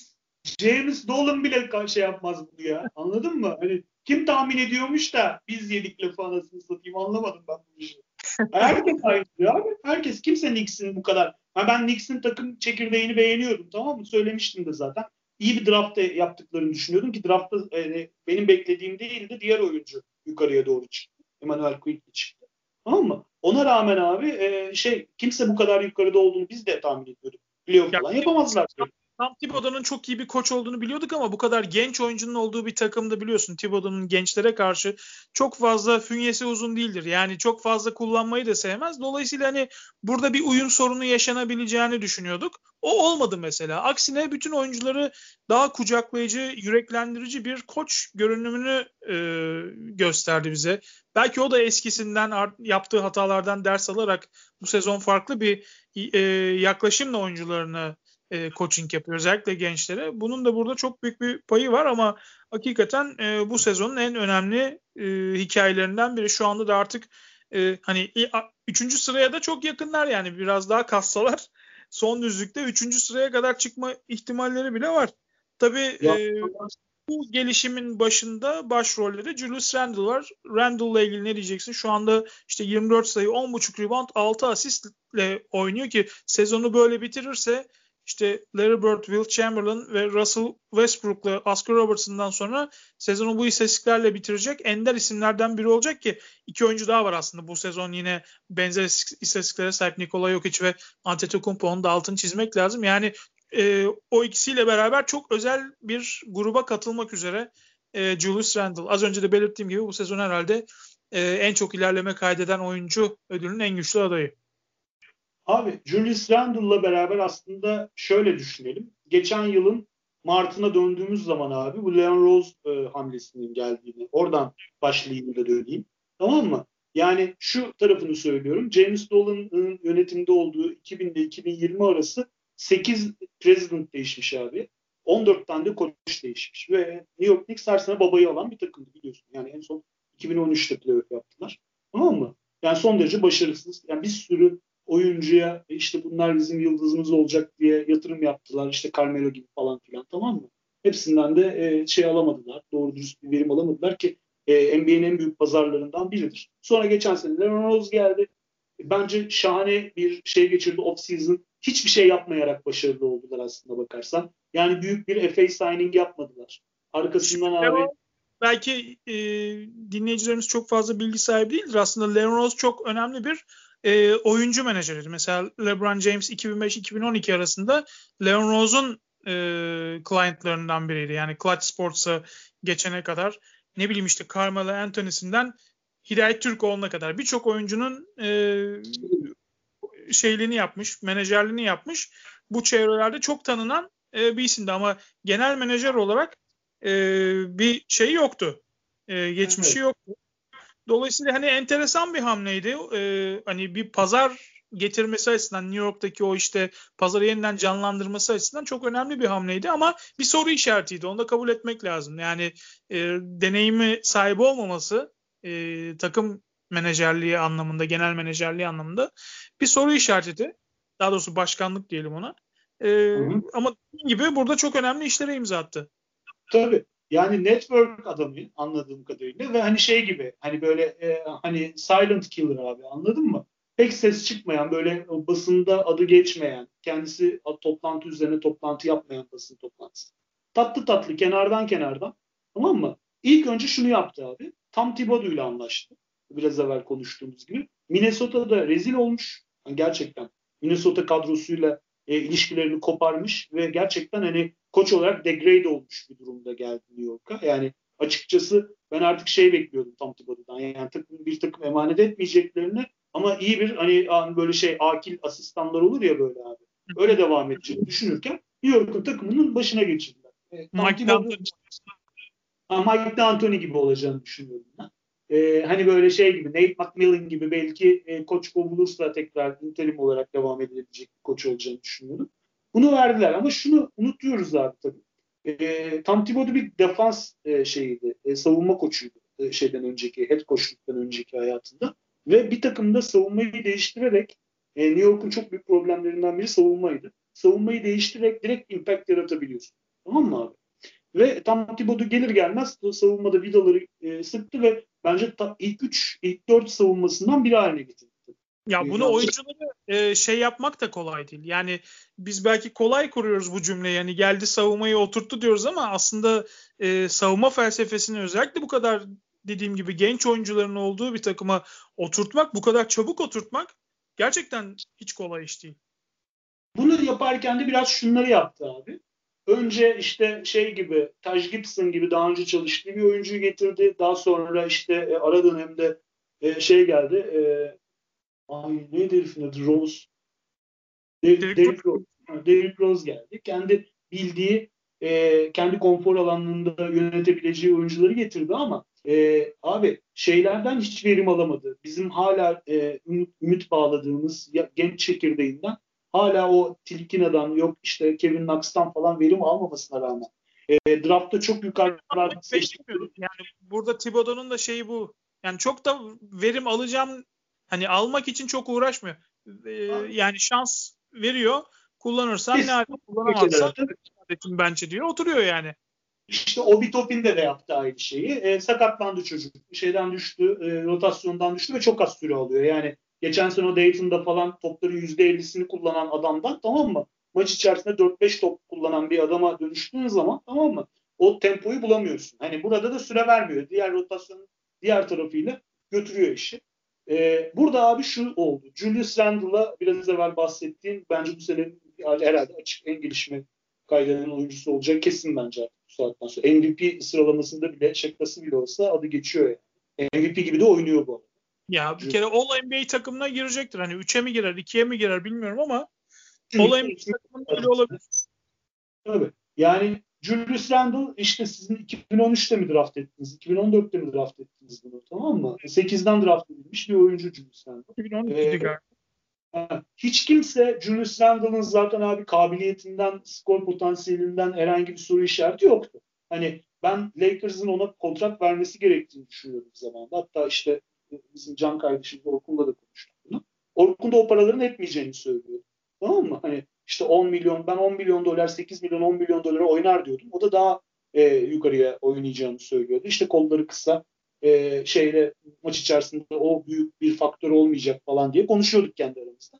James Dolan bile şey yapmaz bunu ya. Anladın mı? Hani kim tahmin ediyormuş da biz yedik lafı anasını satayım, anlamadım ben bu işi. Herkes aynı diyor abi. Herkes. Kimse Knicks'in bu kadar. Ben Knicks'in takım çekirdeğini beğeniyordum, tamam mı? Söylemiştim de zaten. İyi bir draft yaptıklarını düşünüyordum ki draftta benim beklediğim değildi. Diğer oyuncu yukarıya doğru çıktı. Emmanuel Quickly çıktı. Tamam mı? Ona rağmen abi kimse bu kadar yukarıda olduğunu biz de tahmin ediyorduk. Playoff Ya, falan yapamazlar. Tom Thibodeau'nun çok iyi bir koç olduğunu biliyorduk ama bu kadar genç oyuncunun olduğu bir takımda biliyorsun Thibodeau'nun gençlere karşı çok fazla fünyesi uzun değildir. Yani çok fazla kullanmayı da sevmez. Dolayısıyla hani burada bir uyum sorunu yaşanabileceğini düşünüyorduk. O olmadı mesela. Aksine bütün oyuncuları daha kucaklayıcı, yüreklendirici bir koç görünümünü gösterdi bize. Belki o da eskisinden yaptığı hatalardan ders alarak bu sezon farklı bir yaklaşımla oyuncularını coaching yapıyor. Özellikle gençlere. Bunun da burada çok büyük bir payı var ama hakikaten bu sezonun en önemli hikayelerinden biri. Şu anda da artık hani 3. sıraya da çok yakınlar yani. Biraz daha kassalar son düzlükte 3. sıraya kadar çıkma ihtimalleri bile var. Tabii Ya, bu gelişimin başında başrolleri Julius Randle var. Randle'la ilgili ne diyeceksin? Şu anda işte 24 sayı, 10.5 rebound, 6 asistle oynuyor ki sezonu böyle bitirirse işte Larry Bird, Will Chamberlain ve Russell Westbrook'la Oscar Robertson'dan sonra sezonu bu istatistiklerle bitirecek ender isimlerden biri olacak ki iki oyuncu daha var aslında bu sezon yine benzer istatistiklere sahip Nikola Jokic ve Antetokounmpo'nun da altını çizmek lazım. Yani o ikisiyle beraber çok özel bir gruba katılmak üzere Julius Randle. Az önce de belirttiğim gibi bu sezon herhalde en çok ilerleme kaydeden oyuncu ödülünün en güçlü adayı. abi Julius Randle'la beraber aslında şöyle düşünelim. Geçen yılın Mart'ına döndüğümüz zaman abi bu Leon Rose hamlesinin geldiğini, oradan başlayayım da döneyim. Tamam mı? Yani şu tarafını söylüyorum. James Dolan'ın yönetimde olduğu 2000 ile 2020 arası 8 president değişmiş abi. 14 tane de koç değişmiş. Ve New York Knicks her sene babayı alan bir takımdı biliyorsun. Yani en son 2013'te playoff yaptılar. Tamam mı? Yani son derece başarısız. Yani bir sürü oyuncuya işte bunlar bizim yıldızımız olacak diye yatırım yaptılar. İşte Carmelo gibi falan filan, tamam mı? Hepsinden de şey alamadılar. Doğru dürüst bir verim alamadılar ki NBA'nin en büyük pazarlarından biridir. Sonra geçen sene Leon Rose geldi. Bence şahane bir şey geçirdi off season. Hiçbir şey yapmayarak başarılı oldular aslında bakarsan. Yani büyük bir FA signing yapmadılar. Arkasından abi belki dinleyicilerimiz çok fazla bilgi sahibi değildir. Aslında Leon Rose çok önemli bir oyuncu menajeridir. Mesela LeBron James 2005-2012 arasında Leon Rose'un clientlarından biriydi. Yani Clutch Sports'a geçene kadar ne bileyim işte Carmelo Anthony'sinden Hidayet Türkoğlu'na kadar birçok oyuncunun şeyliğini yapmış, menajerliğini yapmış. Bu çevrelerde çok tanınan bir isimdi ama genel menajer olarak bir şey yoktu. Geçmişi evet. yoktu. Dolayısıyla hani enteresan bir hamleydi. Hani bir pazar getirmesi açısından New York'taki o işte pazarı yeniden canlandırması açısından çok önemli bir hamleydi ama bir soru işaretiydi. Onu da kabul etmek lazım. Yani deneyimi sahibi olmaması takım menajerliği anlamında, genel menajerliği anlamında bir soru işareti. Daha doğrusu başkanlık diyelim ona. Hı hı. Ama dediğim gibi burada çok önemli işlere imza attı. Tabii. Yani network adamı anladığım kadarıyla ve hani şey gibi hani böyle hani silent killer abi, anladın mı? Pek ses çıkmayan, böyle basında adı geçmeyen, kendisi toplantı üzerine toplantı yapmayan basın toplantısı. Tatlı tatlı kenardan kenardan, tamam mı? İlk önce şunu yaptı abi. Tom Thibodeau ile anlaştı. Biraz evvel konuştuğumuz gibi. Minnesota'da rezil olmuş. Yani gerçekten Minnesota kadrosuyla ilişkilerini koparmış ve gerçekten hani koç olarak degrade olmuş bir durumda geldi New York'a. Yani açıkçası ben artık şey bekliyordum Tom Thibodeau'dan. Yani bir takım emanet etmeyeceklerini ama iyi bir hani böyle şey akil asistanlar olur ya böyle abi. Öyle devam edeceğini düşünürken New York'un takımının başına geçirdiler. Tom Mike Thibodeau D'Antoni. Mike D'Antoni gibi olacağını düşünüyorum ben. Hani böyle şey gibi Nate McMillan gibi belki koç kovulursa tekrar interim olarak devam edilebilecek bir koç olacağını düşünüyorum. Bunu verdiler ama şunu unutuyoruz abi tabii. Tom Thibodeau bir defans şeyiydi. Savunma koçuydu şeyden önceki, head coachluktan önceki hayatında. Ve bir takımda savunmayı değiştirerek New York'un çok büyük problemlerinden biri savunmaydı. Savunmayı değiştirerek direkt impact yaratabiliyorsun. Tamam mı abi? Ve tam Thibodeau gelir gelmez savunmada vidaları sıktı ve bence ilk 4 savunmasından biri haline getirdi. Ya bunu oyuncuları şey yapmak da kolay değil. Yani biz belki kolay kuruyoruz bu cümleyi. Yani geldi savunmayı oturttu diyoruz ama aslında savunma felsefesini özellikle bu kadar dediğim gibi genç oyuncuların olduğu bir takıma oturtmak, bu kadar çabuk oturtmak gerçekten hiç kolay iş değil. Bunu yaparken de biraz şunları yaptı abi. Önce işte şey gibi, Taj Gibson gibi daha önce çalıştığı bir oyuncuyu getirdi. Daha sonra işte ara dönemde şey geldi. Ay neydi herifin adı? Rose. Derrick Rose. Derrick Rose geldi. Kendi bildiği, kendi konfor alanında yönetebileceği oyuncuları getirdi ama abi şeylerden hiç verim alamadı. Bizim hala ümit bağladığımız genç çekirdeğinden hala o Tilkina'dan yok işte Kevin Knox'tan falan verim almamasına rağmen draftta çok yukarılarda seçtikleri. Yani burada Thibodeau'nun da şeyi bu. Yani çok da verim alacağım, hani almak için çok uğraşmıyor. Yani şans veriyor. Kullanırsan ne hali, kullanamazsan bence diyor. Oturuyor yani. İşte Obi Toppin de yaptı aynı şeyi. Sakatlandı çocuk. Şeyden düştü, rotasyondan düştü ve çok az süre alıyor. Yani geçen sene o Dayton'da falan topların %50'sini kullanan adamdan, tamam mı? Maç içerisinde 4-5 top kullanan bir adama dönüştüğün zaman, tamam mı? O tempoyu bulamıyorsun. Hani burada da süre vermiyor. Diğer rotasyonun diğer tarafıyla götürüyor işi. Burada abi şu oldu. Julius Randle'a biraz evvel bahsettiğim, bence bu sene herhalde açık en gelişme kaydeden oyuncusu olacak kesin bence bu saatten sonra. MVP sıralamasında bile, şakası bile olsa adı geçiyor yani. MVP gibi de oynuyor bu arada. Ya bir kere All-NBA takımına girecektir. Hani 3'e mi girer, 2'ye mi girer bilmiyorum ama All-NBA takımında bile olabilir. Tabii. Yani Julius Randle işte sizin 2013'te mi draft ettiniz? 2014'te mi draft ettiniz bunu, tamam mı? 8'den draft edilmiş bir oyuncu Julius Randle. 2012'di galiba. Hiç kimse Julius Randle'ın zaten abi kabiliyetinden, skor potansiyelinden herhangi bir soru işareti yoktu. Hani ben Lakers'ın ona kontrat vermesi gerektiğini düşünüyorum bir zamanda. Hatta işte bizim Can kardeşim Orkun'la da konuştuk bunu. Orkun da o paraların etmeyeceğini söylüyor. Tamam mı? Hani işte 10 milyon, ben 10 milyon dolar, 8 milyon, 10 milyon dolara oynar diyordum. O da daha yukarıya oynayacağını söylüyordu. İşte kolları kısa, şeyle maç içerisinde o büyük bir faktör olmayacak falan diye konuşuyorduk kendi aramızda.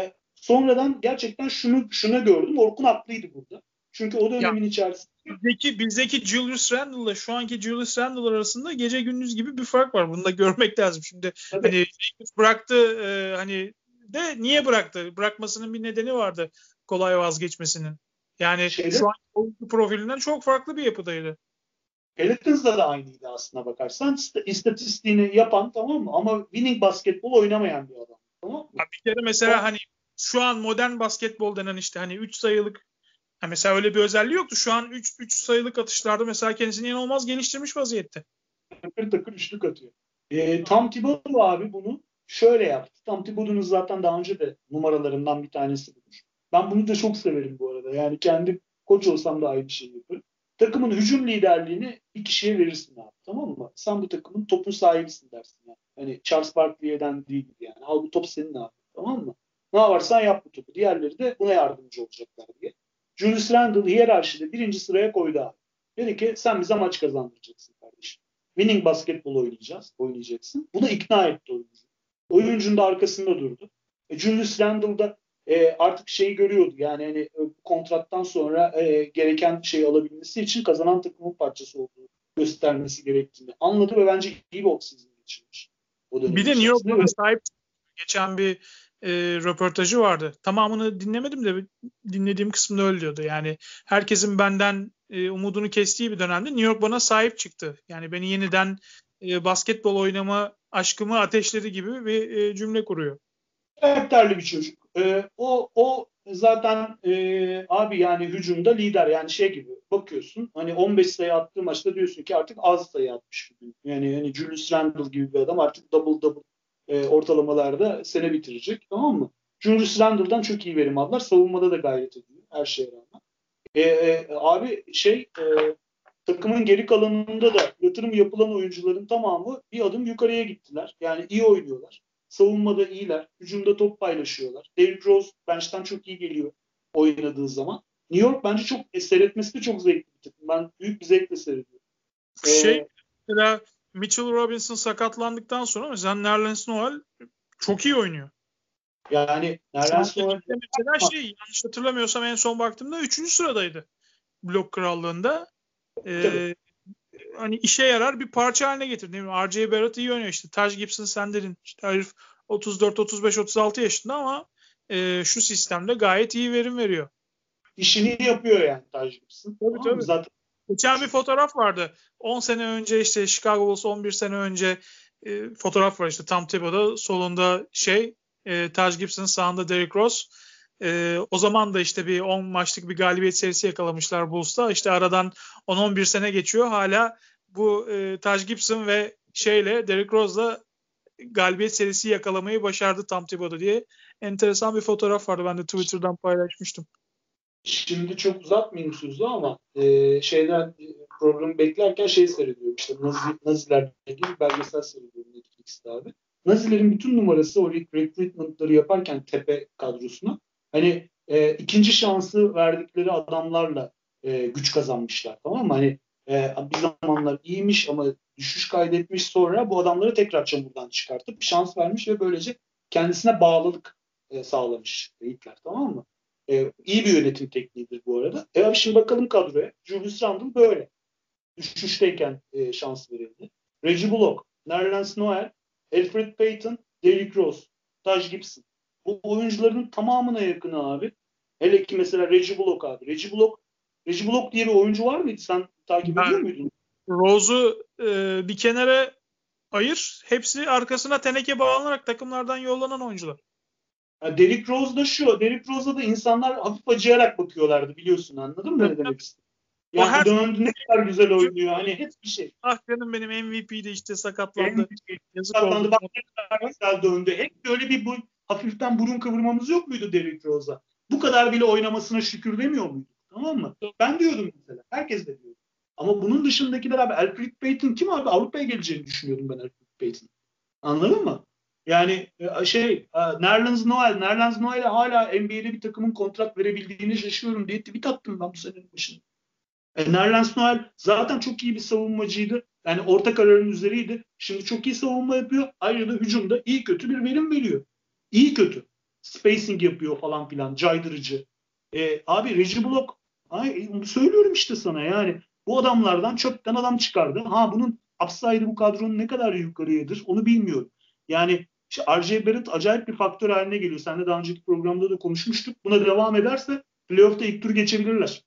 Sonradan gerçekten şuna gördüm. Orkun haklıydı burada. Çünkü o dönemin içerisinde bizdeki Julius Randle ile şu anki Julius Randle arasında gece gündüz gibi bir fark var. Bunu da görmek lazım. Şimdi tabii. Hani bıraktı, hani de niye bıraktı? Bırakmasının bir nedeni vardı. Kolay vazgeçmesinin. Yani şu an oyuncu profilinden çok farklı bir yapıdaydı. Pelicans da aynıydı aslına bakarsan. İstatistiğini yapan, tamam mı? Ama winning basketbol oynamayan bir adam. Tamam mı? Bir kere mesela hani şu an modern basketbol denen işte hani 3 sayılık, mesela öyle bir özelliği yoktu. Şu an 3 sayılık atışlarda mesela kendisini inanılmaz geliştirmiş vaziyette. Takır takır üçlük atıyor. Tom Thibodeau abi bunu şöyle yaptı. Tom Thibodeau'nun zaten daha önce de numaralarından bir tanesi budur. Ben bunu da çok severim bu arada. Yani kendi koç olsam da aynı şeyi yaparım. Takımın hücum liderliğini bir kişiye verirsin abi. Tamam mı? Sen bu takımın topun sahibisin dersin. Yani. Hani Charles Barkley'den değil yani. Al bu top senin abi. Tamam mı? Ne yaparsan yap bu topu. Diğerleri de buna yardımcı olacaklar diye. Julius Randle hiyerarşide birinci sıraya koydu abi. Dedi ki sen bize maç kazandıracaksın kardeşim. Winning basketbol oynayacaksın. Buna ikna etti oyuncu. Oyuncunun da arkasında durdu. Julius Randle da artık şeyi görüyordu. Yani hani kontrattan sonra gereken şeyi alabilmesi için kazanan takımın parçası olduğunu göstermesi gerektiğini anladı ve bence iyi bir off-season geçirmiş. Bir de New York bana sahip geçen bir röportajı vardı. Tamamını dinlemedim de dinlediğim kısmında öyle diyordu. Yani herkesin benden umudunu kestiği bir dönemde New York bana sahip çıktı. Yani beni yeniden basketbol oynama aşkımı ateşledi gibi bir cümle kuruyor. Karakterli bir çocuk. O zaten abi yani hücumda lider. Yani şey gibi bakıyorsun hani 15 sayı attığı maçta diyorsun ki artık az sayı atmış gibi. Yani Julius Randle gibi bir adam artık double ortalamalarda sene bitirecek, tamam mı? Julius Randle'dan çok iyi verim aldılar. Savunmada da gayret ediyor her şeye rağmen. Abi takımın geri kalanında da yatırım yapılan oyuncuların tamamı bir adım yukarıya gittiler. Yani iyi oynuyorlar. Savunmada iyiler. Hücumda top paylaşıyorlar. Derrick Rose bench'ten çok iyi geliyor oynadığı zaman. New York bence çok seyretmesi de çok zevkli bir takım. Ben büyük bir zevkle seyrediyorum. Mesela Mitchell Robinson sakatlandıktan sonra mesela Nerlens Noel çok iyi oynuyor. Yani Nerlens Noel mesela yanlış hatırlamıyorsam en son baktığımda 3. sıradaydı blok krallığında. Hani işe yarar bir parça haline getirdi. R.J. Barrett iyi oynuyor işte. Taj Gibson Sender'in işte herif 34, 35, 36 yaşında ama şu sistemde gayet iyi verim veriyor. İşini yapıyor yani Taj Gibson. Tabii. Zaten geçen bir fotoğraf vardı. 10 sene önce işte Chicago Bulls 11 sene önce fotoğraf var işte Tom Thibodeau solunda Taj Gibson sağında Derrick Rose. O zaman da işte bir 10 maçlık bir galibiyet serisi yakalamışlar Bulls'ta. İşte aradan 10-11 sene geçiyor. Hala bu Taj Gibson ve Derrick Rose'la galibiyet serisi yakalamayı başardı Tom Thibodeau diye. Enteresan bir fotoğraf vardı. Ben de Twitter'dan paylaşmıştım. Şimdi çok uzatmayayım sözü ama programı beklerken seyrediyorum. İşte Nazilerle ilgili belgesel seyrediyorum Netflix'te abi. Nazilerin bütün numarası o recruitment'ları yaparken tepe kadrosuna hani ikinci şansı verdikleri adamlarla güç kazanmışlar, tamam mı? Hani bir zamanlar iyiymiş ama düşüş kaydetmiş, sonra bu adamları tekrar çamurdan çıkartıp şans vermiş ve böylece kendisine bağlılık sağlamış Hitler, tamam mı? İyi bir yönetim tekniğidir bu arada. Abi şimdi bakalım kadroya. Julius Randle böyle. Düşüşteyken şans verildi. Reggie Bullock, Nerlens Noel, Elfrid Payton, Derrick Rose, Taj Gibson. Bu oyuncuların tamamına yakını abi. Hele ki mesela Reggie Bullock abi. Reggie Bullock diye bir oyuncu var mıydı? Sen takip ediyor muydun? Rose'u bir kenara ayır. Hepsi arkasına teneke bağlanarak takımlardan yollanan oyuncular. Yani Derrick Rose'da da insanlar hafif acıyarak bakıyorlardı, biliyorsun, anladın mı ne demek istedim? Yani döndü, ne kadar güzel oynuyor. Hani hep bir şey. Ah canım benim MVP'de işte sakatlandı. Yazık oldu. Bak ne kadar güzel döndü. Hep böyle bir hafiften burun kıvırmamız yok muydu Derrick Rose'a? Bu kadar bile oynamasına şükür demiyor muyduk? Tamam mı? Ben diyordum mesela. Herkes de diyordu. Ama bunun dışındakiler abi, Elfrid Payton kim abi? Avrupa'ya geleceğini düşünüyordum ben Elfrid Payton. Anladın mı? Yani Nerlens Noel'e hala NBA'de bir takımın kontrat verebildiğini şaşıyorum diye tweet attım ben bu senenin başında. Nerlens Noel zaten çok iyi bir savunmacıydı. Yani orta kararın üzeriydi. Şimdi çok iyi savunma yapıyor. Ayrıca da hücumda iyi kötü bir verim veriyor. İyi kötü. Spacing yapıyor falan filan. Caydırıcı. Abi Reggie Bullock, söylüyorum işte sana yani. Bu adamlardan çöpten adam çıkardı. Bunun upside'ı bu kadronun ne kadar yukarıyadır onu bilmiyorum. Yani işte R.J. Barrett acayip bir faktör haline geliyor. Seninle daha önceki programda da konuşmuştuk. Buna devam ederse playoff'ta ilk turu geçebilirler.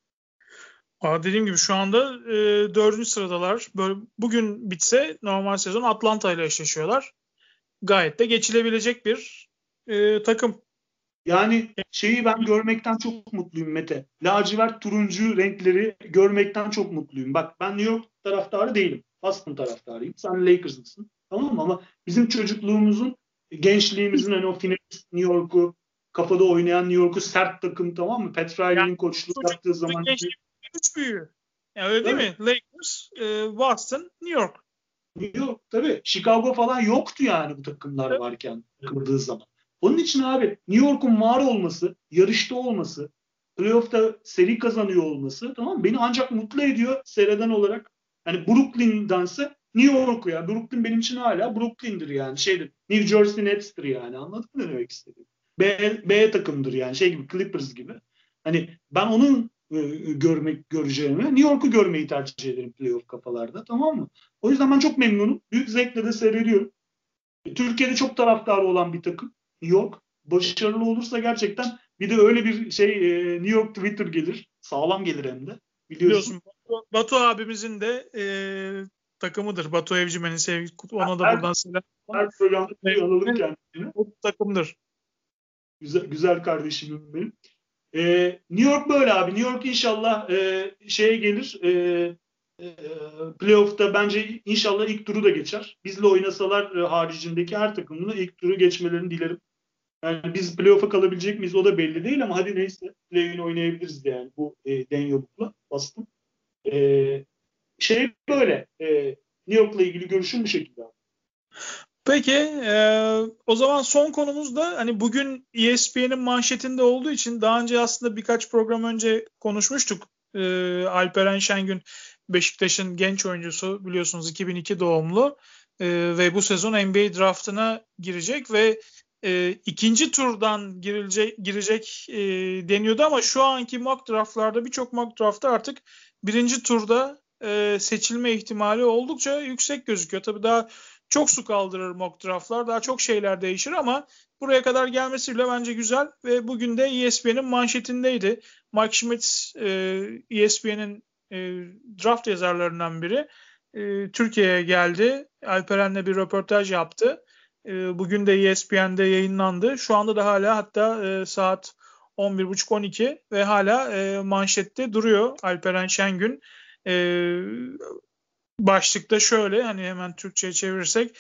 Dediğim gibi şu anda 4. sıradalar. Böyle, bugün bitse normal sezon Atlanta ile eşleşiyorlar. Gayet de geçilebilecek bir takım. Yani ben görmekten çok mutluyum Mete. Lacivert turuncu renkleri görmekten çok mutluyum. Bak, ben New York taraftarı değilim. Boston taraftarıyım. Sen Lakers'lısın. Tamam mı? Ama bizim çocukluğumuzun, gençliğimizin hani o finalist New York'u, kafada oynayan New York'u sert takım, tamam mı? Pat Riley'nin koçluğu yaptığı zaman. Üç büyüğü. Yani öyle değil mi? Lakers, Boston, New York. New York tabii. Chicago falan yoktu yani bu takımlar varken kırıldığı zaman. Onun için abi New York'un var olması, yarışta olması, playoff'ta seri kazanıyor olması, tamam mı? Beni ancak mutlu ediyor seyreden olarak. Hani Brooklyn'dansa New York'u ya. Brooklyn benim için hala Brooklyn'dir yani. New Jersey Nets'tir yani. Anladın mı ne demek istediğimi? B takımdır yani. Gibi Clippers gibi. Hani ben onun göreceğimi, New York'u görmeyi tercih ederim playoff kafalarda, tamam mı? O yüzden ben çok memnunum. Büyük zevkle de seyrediyorum. Türkiye'de çok taraftarı olan bir takım New York. Başarılı olursa gerçekten bir de öyle bir New York Twitter gelir. Sağlam gelir hem de. Biliyorsun. Batu abimizin de takımıdır. Batu Evcimen'in sevgili. Ona da buradan selam. Her programda analım kendisini. O takımdır. Güzel kardeşimim benim. New York böyle abi. New York inşallah gelir. Playoff'ta bence inşallah ilk turu da geçer. Bizle oynasalar haricindeki her takımın ilk turu geçmelerini dilerim. Yani biz playoff'a kalabilecek miyiz o da belli değil ama hadi neyse. Play-in oynayabiliriz yani bu Denyoluk'la Boston. Böyle. New York'la ilgili görüşüm bu şekilde. Peki o zaman son konumuz da hani bugün ESPN'in manşetinde olduğu için daha önce aslında birkaç program önce konuşmuştuk. Alperen Şengün Beşiktaş'ın genç oyuncusu biliyorsunuz 2002 doğumlu ve bu sezon NBA draftına girecek ve ikinci turdan girecek deniyordu ama şu anki mock draftlarda birçok mock draftta artık birinci turda seçilme ihtimali oldukça yüksek gözüküyor. Tabii daha çok su kaldırır mock draftlar. Daha çok şeyler değişir ama buraya kadar gelmesi bile bence güzel ve bugün de ESPN'in manşetindeydi. Mike Schmitz ESPN'in draft yazarlarından biri. Türkiye'ye geldi. Alperen'le bir röportaj yaptı. Bugün de ESPN'de yayınlandı. Şu anda da hala hatta saat 11.30-12 ve hala manşette duruyor Alperen Şengün. Başlıkta şöyle hani hemen Türkçe'ye çevirirsek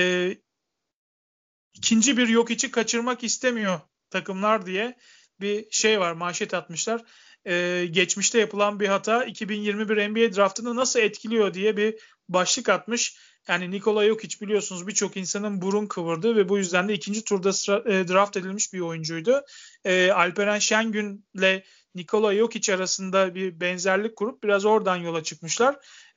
ikinci bir Jokic'i kaçırmak istemiyor takımlar diye bir şey var, manşet atmışlar. Geçmişte yapılan bir hata 2021 NBA draftını nasıl etkiliyor diye bir başlık atmış. Yani Nikola Jokic biliyorsunuz birçok insanın burun kıvırdı ve bu yüzden de ikinci turda draft edilmiş bir oyuncuydu. Alperen Şengün'le Nikola Jokic arasında bir benzerlik kurup biraz oradan yola çıkmışlar.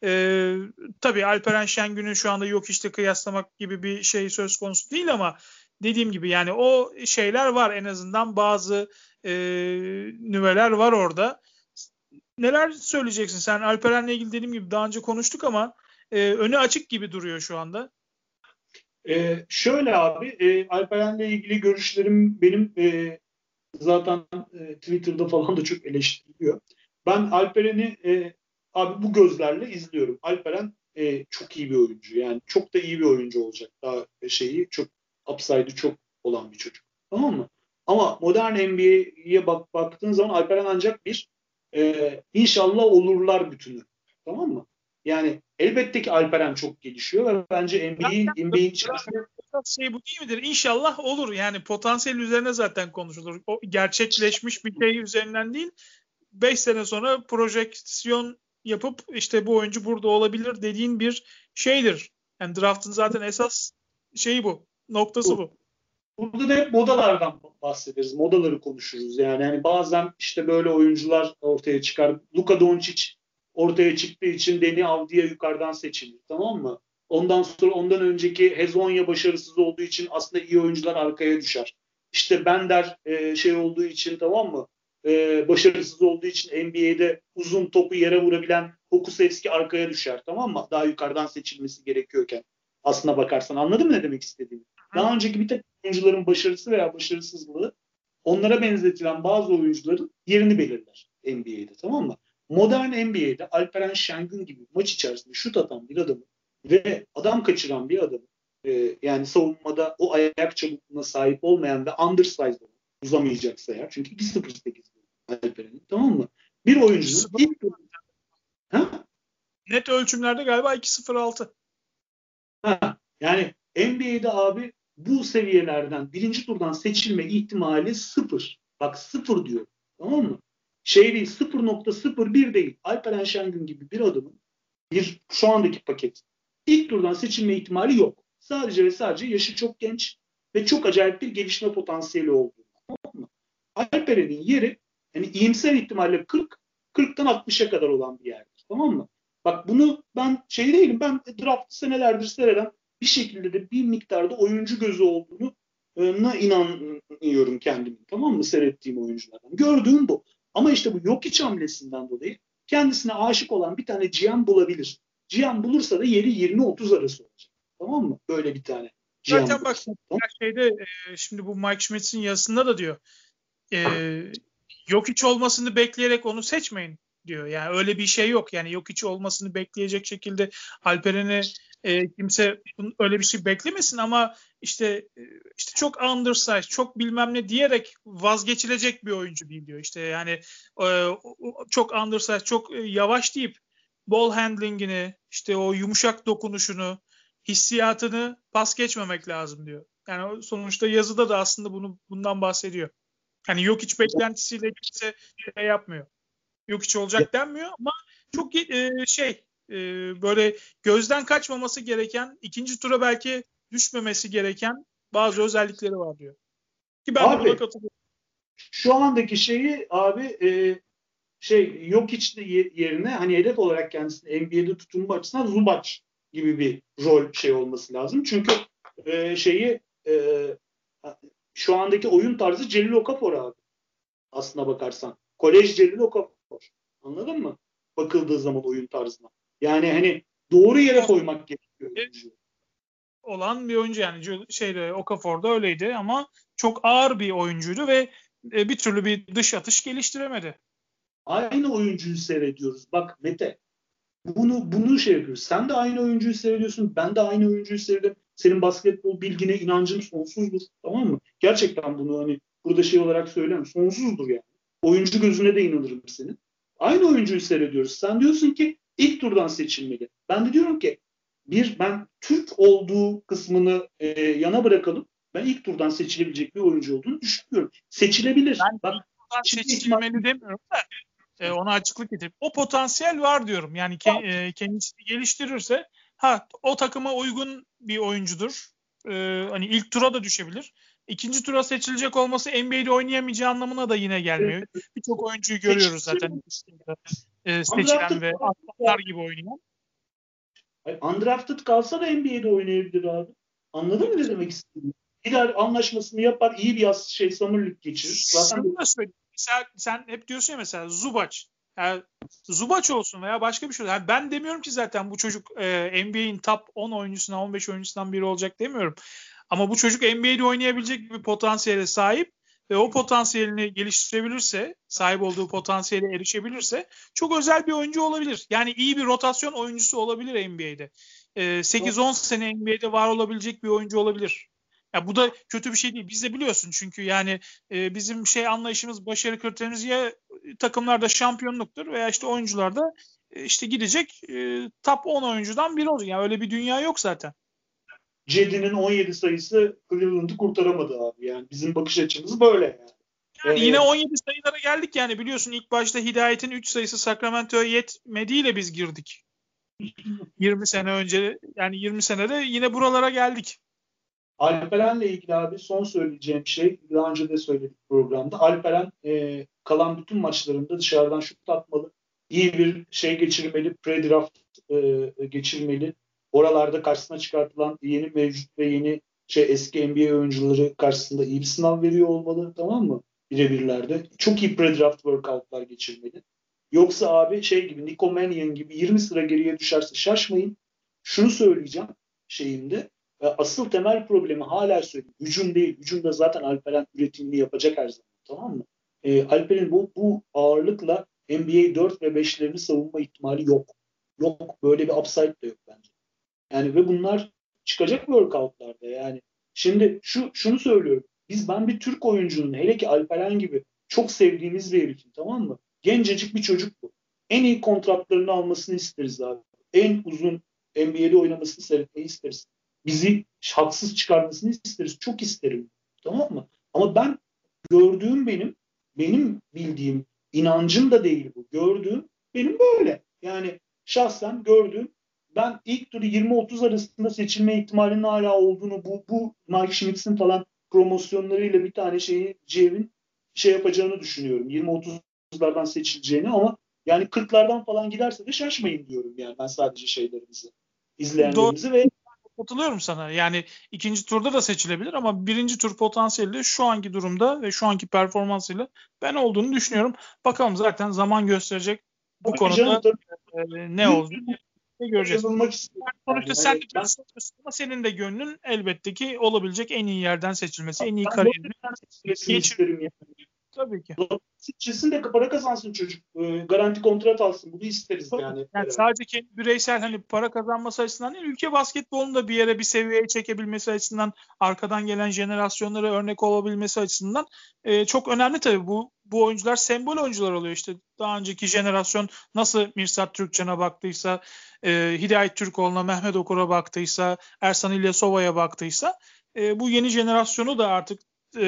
Tabii Alperen Şengün'ü şu anda Jokic'le kıyaslamak gibi bir şey söz konusu değil ama dediğim gibi yani o şeyler var, en azından bazı nüveler var orada. Neler söyleyeceksin sen? Alperen'le ilgili dediğim gibi daha önce konuştuk ama önü açık gibi duruyor şu anda. Şöyle abi, Alperen'le ilgili görüşlerim benim zaten Twitter'da falan da çok eleştiriliyor. Ben Alperen'i abi bu gözlerle izliyorum. Alperen çok iyi bir oyuncu. Yani çok da iyi bir oyuncu olacak. Daha çok upside'ı çok olan bir çocuk. Tamam mı? Ama modern NBA'ye baktığın zaman Alperen ancak bir inşallah olurlar bütünü. Tamam mı? Yani elbette ki Alperen çok gelişiyor ve bence NBA'in içerisinde şey bu değil midir? İnşallah olur. Yani potansiyel üzerine zaten konuşulur. O gerçekleşmiş bir şey üzerinden değil. 5 sene sonra projeksiyon yapıp işte bu oyuncu burada olabilir dediğin bir şeydir. Yani draft'ın zaten esas şeyi bu. Noktası bu. Burada da hep modalardan bahsederiz. Modaları konuşuruz. Yani bazen işte böyle oyuncular ortaya çıkar. Luka Doncic ortaya çıktığı için Deni Avdija yukarıdan seçilir. Tamam mı? Ondan sonra ondan önceki Hezonja başarısız olduğu için aslında iyi oyuncular arkaya düşer. İşte Bender olduğu için, tamam mı? Başarısız olduğu için NBA'de uzun topu yere vurabilen Pokusevski arkaya düşer. Tamam mı? Daha yukarıdan seçilmesi gerekiyorken. Aslına bakarsan anladın mı ne demek istediğimi? Daha önceki bir takım oyuncuların başarısı veya başarısızlığı onlara benzetilen bazı oyuncuların yerini belirler NBA'de, tamam mı? Modern NBA'de Alperen Şengün gibi maç içerisinde şut atan bir adamı ve adam kaçıran bir adamı, yani savunmada o ayak çabukluğuna sahip olmayan ve undersized olan, uzamayacaksa eğer, çünkü 2.08 Alperen'in, tamam mı? Bir oyuncunun ilk net ölçümlerde galiba 2.06. Yani NBA'de abi bu seviyelerden birinci turdan seçilme ihtimali sıfır. Bak sıfır diyor. Tamam mı? Değil, 0.01 değil. Alperen Şengün gibi bir adamın şu andaki paket ilk turdan seçilme ihtimali yok. Sadece ve sadece yaşı çok genç ve çok acayip bir gelişme potansiyeli olduğu. Tamam mı? Alperen'in yeri yani iyimser ihtimalle 40'tan 60'a kadar olan bir yerdir. Tamam mı? Bak bunu ben değilim. Ben draft senelerdir seyreden bir şekilde de bir miktarda oyuncu gözü olduğunu inanıyorum kendimin. Tamam mı? Seyrettiğim oyunculardan. Gördüğüm bu. Ama işte bu Jokic hamlesinden dolayı kendisine aşık olan bir tane GM bulabilir. GM bulursa da yeri 20-30 arası olacak. Tamam mı? Böyle bir tane GM zaten bak tamam. Şimdi bu Mike Schmitz'in yazısında da diyor. Jokic olmasını bekleyerek onu seçmeyin diyor. Yani öyle bir şey yok. Yani Jokic olmasını bekleyecek şekilde Alperen'i kimse öyle bir şey beklemesin ama işte çok undersized, çok bilmem ne diyerek vazgeçilecek bir oyuncu değil diyor. İşte yani çok undersized, çok yavaş deyip ball handling'ini, işte o yumuşak dokunuşunu, hissiyatını pas geçmemek lazım diyor. Yani sonuçta yazıda da aslında bundan bahsediyor. Hani Jokic beklentisiyle kimse şey yapmıyor. Jokic olacak denmiyor ama çok böyle gözden kaçmaması gereken, ikinci tura belki düşmemesi gereken bazı özellikleri var diyor. Ki ben de buna katılıyorum. Şu andaki şeyi abi Jokic yerine hani hedef olarak kendisini NBA'de tutunma açısından Zubac gibi bir rol olması lazım. Çünkü şu andaki oyun tarzı Celil Okafor abi. Aslına bakarsan. Kolej Celil Okafor. Anladın mı? Bakıldığı zaman oyun tarzına. Yani hani doğru yere koymak gerekiyor. Olan bir oyuncu yani Okafor'da öyleydi ama çok ağır bir oyuncuydu ve bir türlü bir dış atış geliştiremedi. Aynı oyuncuyu seyrediyoruz. Bak Mete, bunu yapıyoruz. Sen de aynı oyuncuyu seyrediyorsun. Ben de aynı oyuncuyu seyrediyorum. Senin basketbol bilgine inancın sonsuzdur. Tamam mı? Gerçekten bunu hani burada olarak söylemiyorum. Sonsuzdur yani. Oyuncu gözüne de inanırım senin. Aynı oyuncuyu seyrediyoruz. Sen diyorsun ki ilk turdan seçilmeli. Ben de diyorum ki ben Türk olduğu kısmını yana bırakalım. Ben ilk turdan seçilebilecek bir oyuncu olduğunu düşünmüyorum. Seçilebilir. Ben ilk turdan seçilmeli demiyorum da ona açıklık getirip o potansiyel var diyorum. Yani kendisini geliştirirse o takıma uygun bir oyuncudur. Hani ilk tura da düşebilir. İkinci tura seçilecek olması NBA'de oynayamayacağı anlamına da yine gelmiyor. Birçok oyuncuyu görüyoruz zaten seçilen ve aslanlar gibi oynayan. Undrafted kalsa da NBA'de oynayabilir abi. Anladın mı ne demek istediğimi? Gider anlaşmasını yapar, iyi bir Summer League geçirir. Zaten şunu da söyleyeyim. Sen hep diyorsun ya mesela Zubac. Yani Zubac olsun veya başka bir şey olsun. Yani ben demiyorum ki zaten bu çocuk NBA'in top 10 oyuncusundan 15 oyuncusundan biri olacak demiyorum. Ama bu çocuk NBA'de oynayabilecek bir potansiyele sahip ve o potansiyelini geliştirebilirse, sahip olduğu potansiyele erişebilirse çok özel bir oyuncu olabilir. Yani iyi bir rotasyon oyuncusu olabilir NBA'de. 8-10 sene NBA'de var olabilecek bir oyuncu olabilir. Ya bu da kötü bir şey değil. Biz de biliyorsun çünkü yani bizim anlayışımız, başarı kriterimiz ya takımlarda şampiyonluktur veya işte oyuncularda işte gidecek top 10 oyuncudan biri olacak. Yani öyle bir dünya yok zaten. Cedi'nin 17 sayısı Cleveland'ı kurtaramadı abi. Yani bizim bakış açımız böyle yani. Yani yine 17 sayılara geldik yani biliyorsun ilk başta Hidayet'in 3 sayısı Sacramento'ya yetmediğiyle biz girdik. 20 sene önce yani 20 senede yine buralara geldik. Alperen'le ilgili abi son söyleyeceğim şey, daha önce de söyledik programda. Alperen kalan bütün maçlarında dışarıdan şut atmalı. İyi bir geçirmeli, pre-draft geçirmeli. Oralarda karşısına çıkartılan yeni mevcut ve yeni eski NBA oyuncuları karşısında iyi bir sınav veriyor olmalı, tamam mı? Birebirlerde. Çok iyi pre-draft workoutlar geçirmeli. Yoksa abi gibi Nico Mannion gibi 20 sıra geriye düşerse şaşmayın. Şunu söyleyeceğim şeyimde. Asıl temel problemi hala söyleyeyim. Hücum değil. Hücumda zaten Alperen üretimini yapacak her zaman. Tamam mı? Alper'in bu ağırlıkla NBA 4 ve 5'lerini savunma ihtimali yok. Yok. Böyle bir upside de yok bence. Yani ve bunlar çıkacak workoutlarda yani. Şimdi şunu söylüyorum. Ben bir Türk oyuncunun hele ki Alperen gibi çok sevdiğimiz bir herifin, tamam mı? Gencecik bir çocuk bu. En iyi kontratlarını almasını isteriz abi. En uzun NBA'de oynamasını seyretmeyi isteriz. Bizi haksız çıkarmasını isteriz. Çok isterim. Tamam mı? Ama ben gördüğüm benim bildiğim, inancım da değil bu. Gördüğüm benim böyle. Yani şahsen gördüğüm, ben ilk turu 20-30 arasında seçilme ihtimalinin hala olduğunu, bu Mike Schmitz'in falan promosyonlarıyla bir tane Cev'in yapacağını düşünüyorum. 20-30'lardan seçileceğini, ama yani 40'lardan falan giderse de şaşmayın diyorum yani ben sadece izleyenlerimizi ve katılıyorum sana. Yani ikinci turda da seçilebilir ama birinci tur potansiyeli şu anki durumda ve şu anki performansıyla ben olduğunu düşünüyorum. Bakalım zaten zaman gösterecek bu konuda ne olacak göreceğiz. Sonuçta sen de ama senin de gönlün elbette ki olabilecek en iyi yerden seçilmesi, en iyi kariyerini geçirmesi. Tabii ki. Seçilsin de para kazansın çocuk. Garanti kontrat alsın. Bunu isteriz yani. Yani sadece kendi bireysel para kazanması açısından değil, ülke basketbolunu da bir seviyeye çekebilmesi açısından, arkadan gelen jenerasyonlara örnek olabilmesi açısından çok önemli tabii. Bu oyuncular sembol oyuncular oluyor. İşte daha önceki jenerasyon nasıl Mirsad Türkcan'a baktıysa, Hidayet Türkoğlu'na, Mehmet Okur'a baktıysa, Ersan İlyasova'ya baktıysa bu yeni jenerasyonu da artık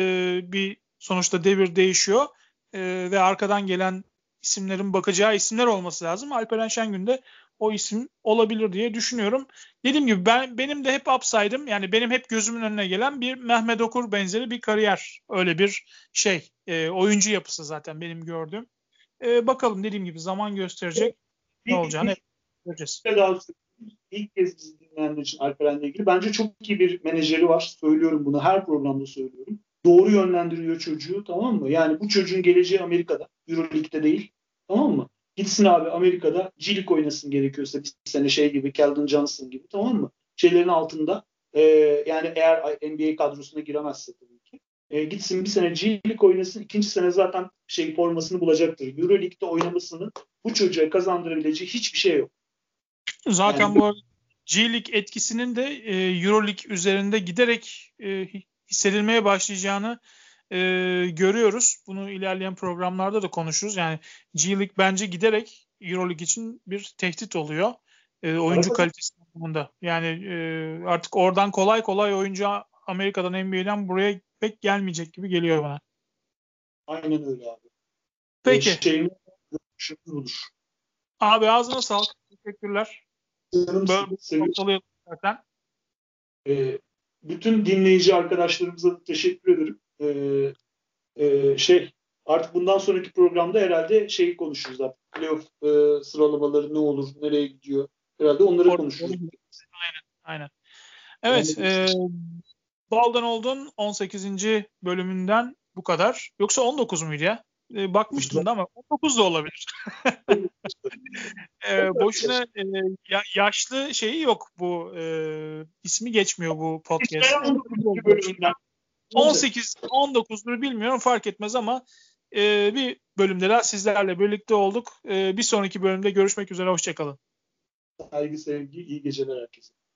bir sonuçta devir değişiyor ve arkadan gelen isimlerin bakacağı isimler olması lazım. Alperen Şengün de o isim olabilir diye düşünüyorum. Dediğim gibi benim de hep upside'ım, yani benim hep gözümün önüne gelen bir Mehmet Okur benzeri bir kariyer. Öyle bir oyuncu yapısı zaten benim gördüğüm. Bakalım, dediğim gibi zaman gösterecek ne olacağını göreceğiz. İlk kez bizi dinleyenler için Alperen'le ilgili bence çok iyi bir menajeri var. Söylüyorum bunu, her programda söylüyorum. Doğru yönlendiriyor çocuğu, tamam mı? Yani bu çocuğun geleceği Amerika'da, Euroleague'de değil, tamam mı? Gitsin abi Amerika'da G League oynasın gerekiyorsa, bir sene şey gibi, Keldon Johnson gibi, tamam mı? Şeylerin altında, yani eğer NBA kadrosuna giremezse tabii ki. Gitsin bir sene G League oynasın, ikinci sene zaten formasını bulacaktır. Euroleague'de oynamasını bu çocuğa kazandırabileceği hiçbir şey yok. Zaten Yani, bu G League etkisinin de Euroleague üzerinde giderek hissedilmeye başlayacağını görüyoruz. Bunu ilerleyen programlarda da konuşuruz. Yani G League bence giderek Euroleague için bir tehdit oluyor. Oyuncu kalitesi anlamında. Yani artık oradan kolay kolay oyuncu Amerika'dan, NBA'den buraya pek gelmeyecek gibi geliyor bana. aynen öyle abi. Peki. Budur. Abi ağzına sağlık. Teşekkürler. Böyle noktalayalım zaten. Bütün dinleyici arkadaşlarımıza da teşekkür ederim. Artık bundan sonraki programda herhalde konuşuruz artık. Playoff sıralamaları ne olur, nereye gidiyor? Herhalde onları konuşuruz. Aynen. Evet. Baldan Old'un 18. bölümünden bu kadar. Yoksa 19 muydu ya? Bakmıştım da ama 19 da olabilir. Boşuna yaşlı şeyi yok bu. İsmi geçmiyor bu podcast. 18, 19'dur bilmiyorum, fark etmez ama bir bölümde daha sizlerle birlikte olduk. Bir sonraki bölümde görüşmek üzere. Hoşçakalın. Saygı, sevgi, iyi geceler herkese.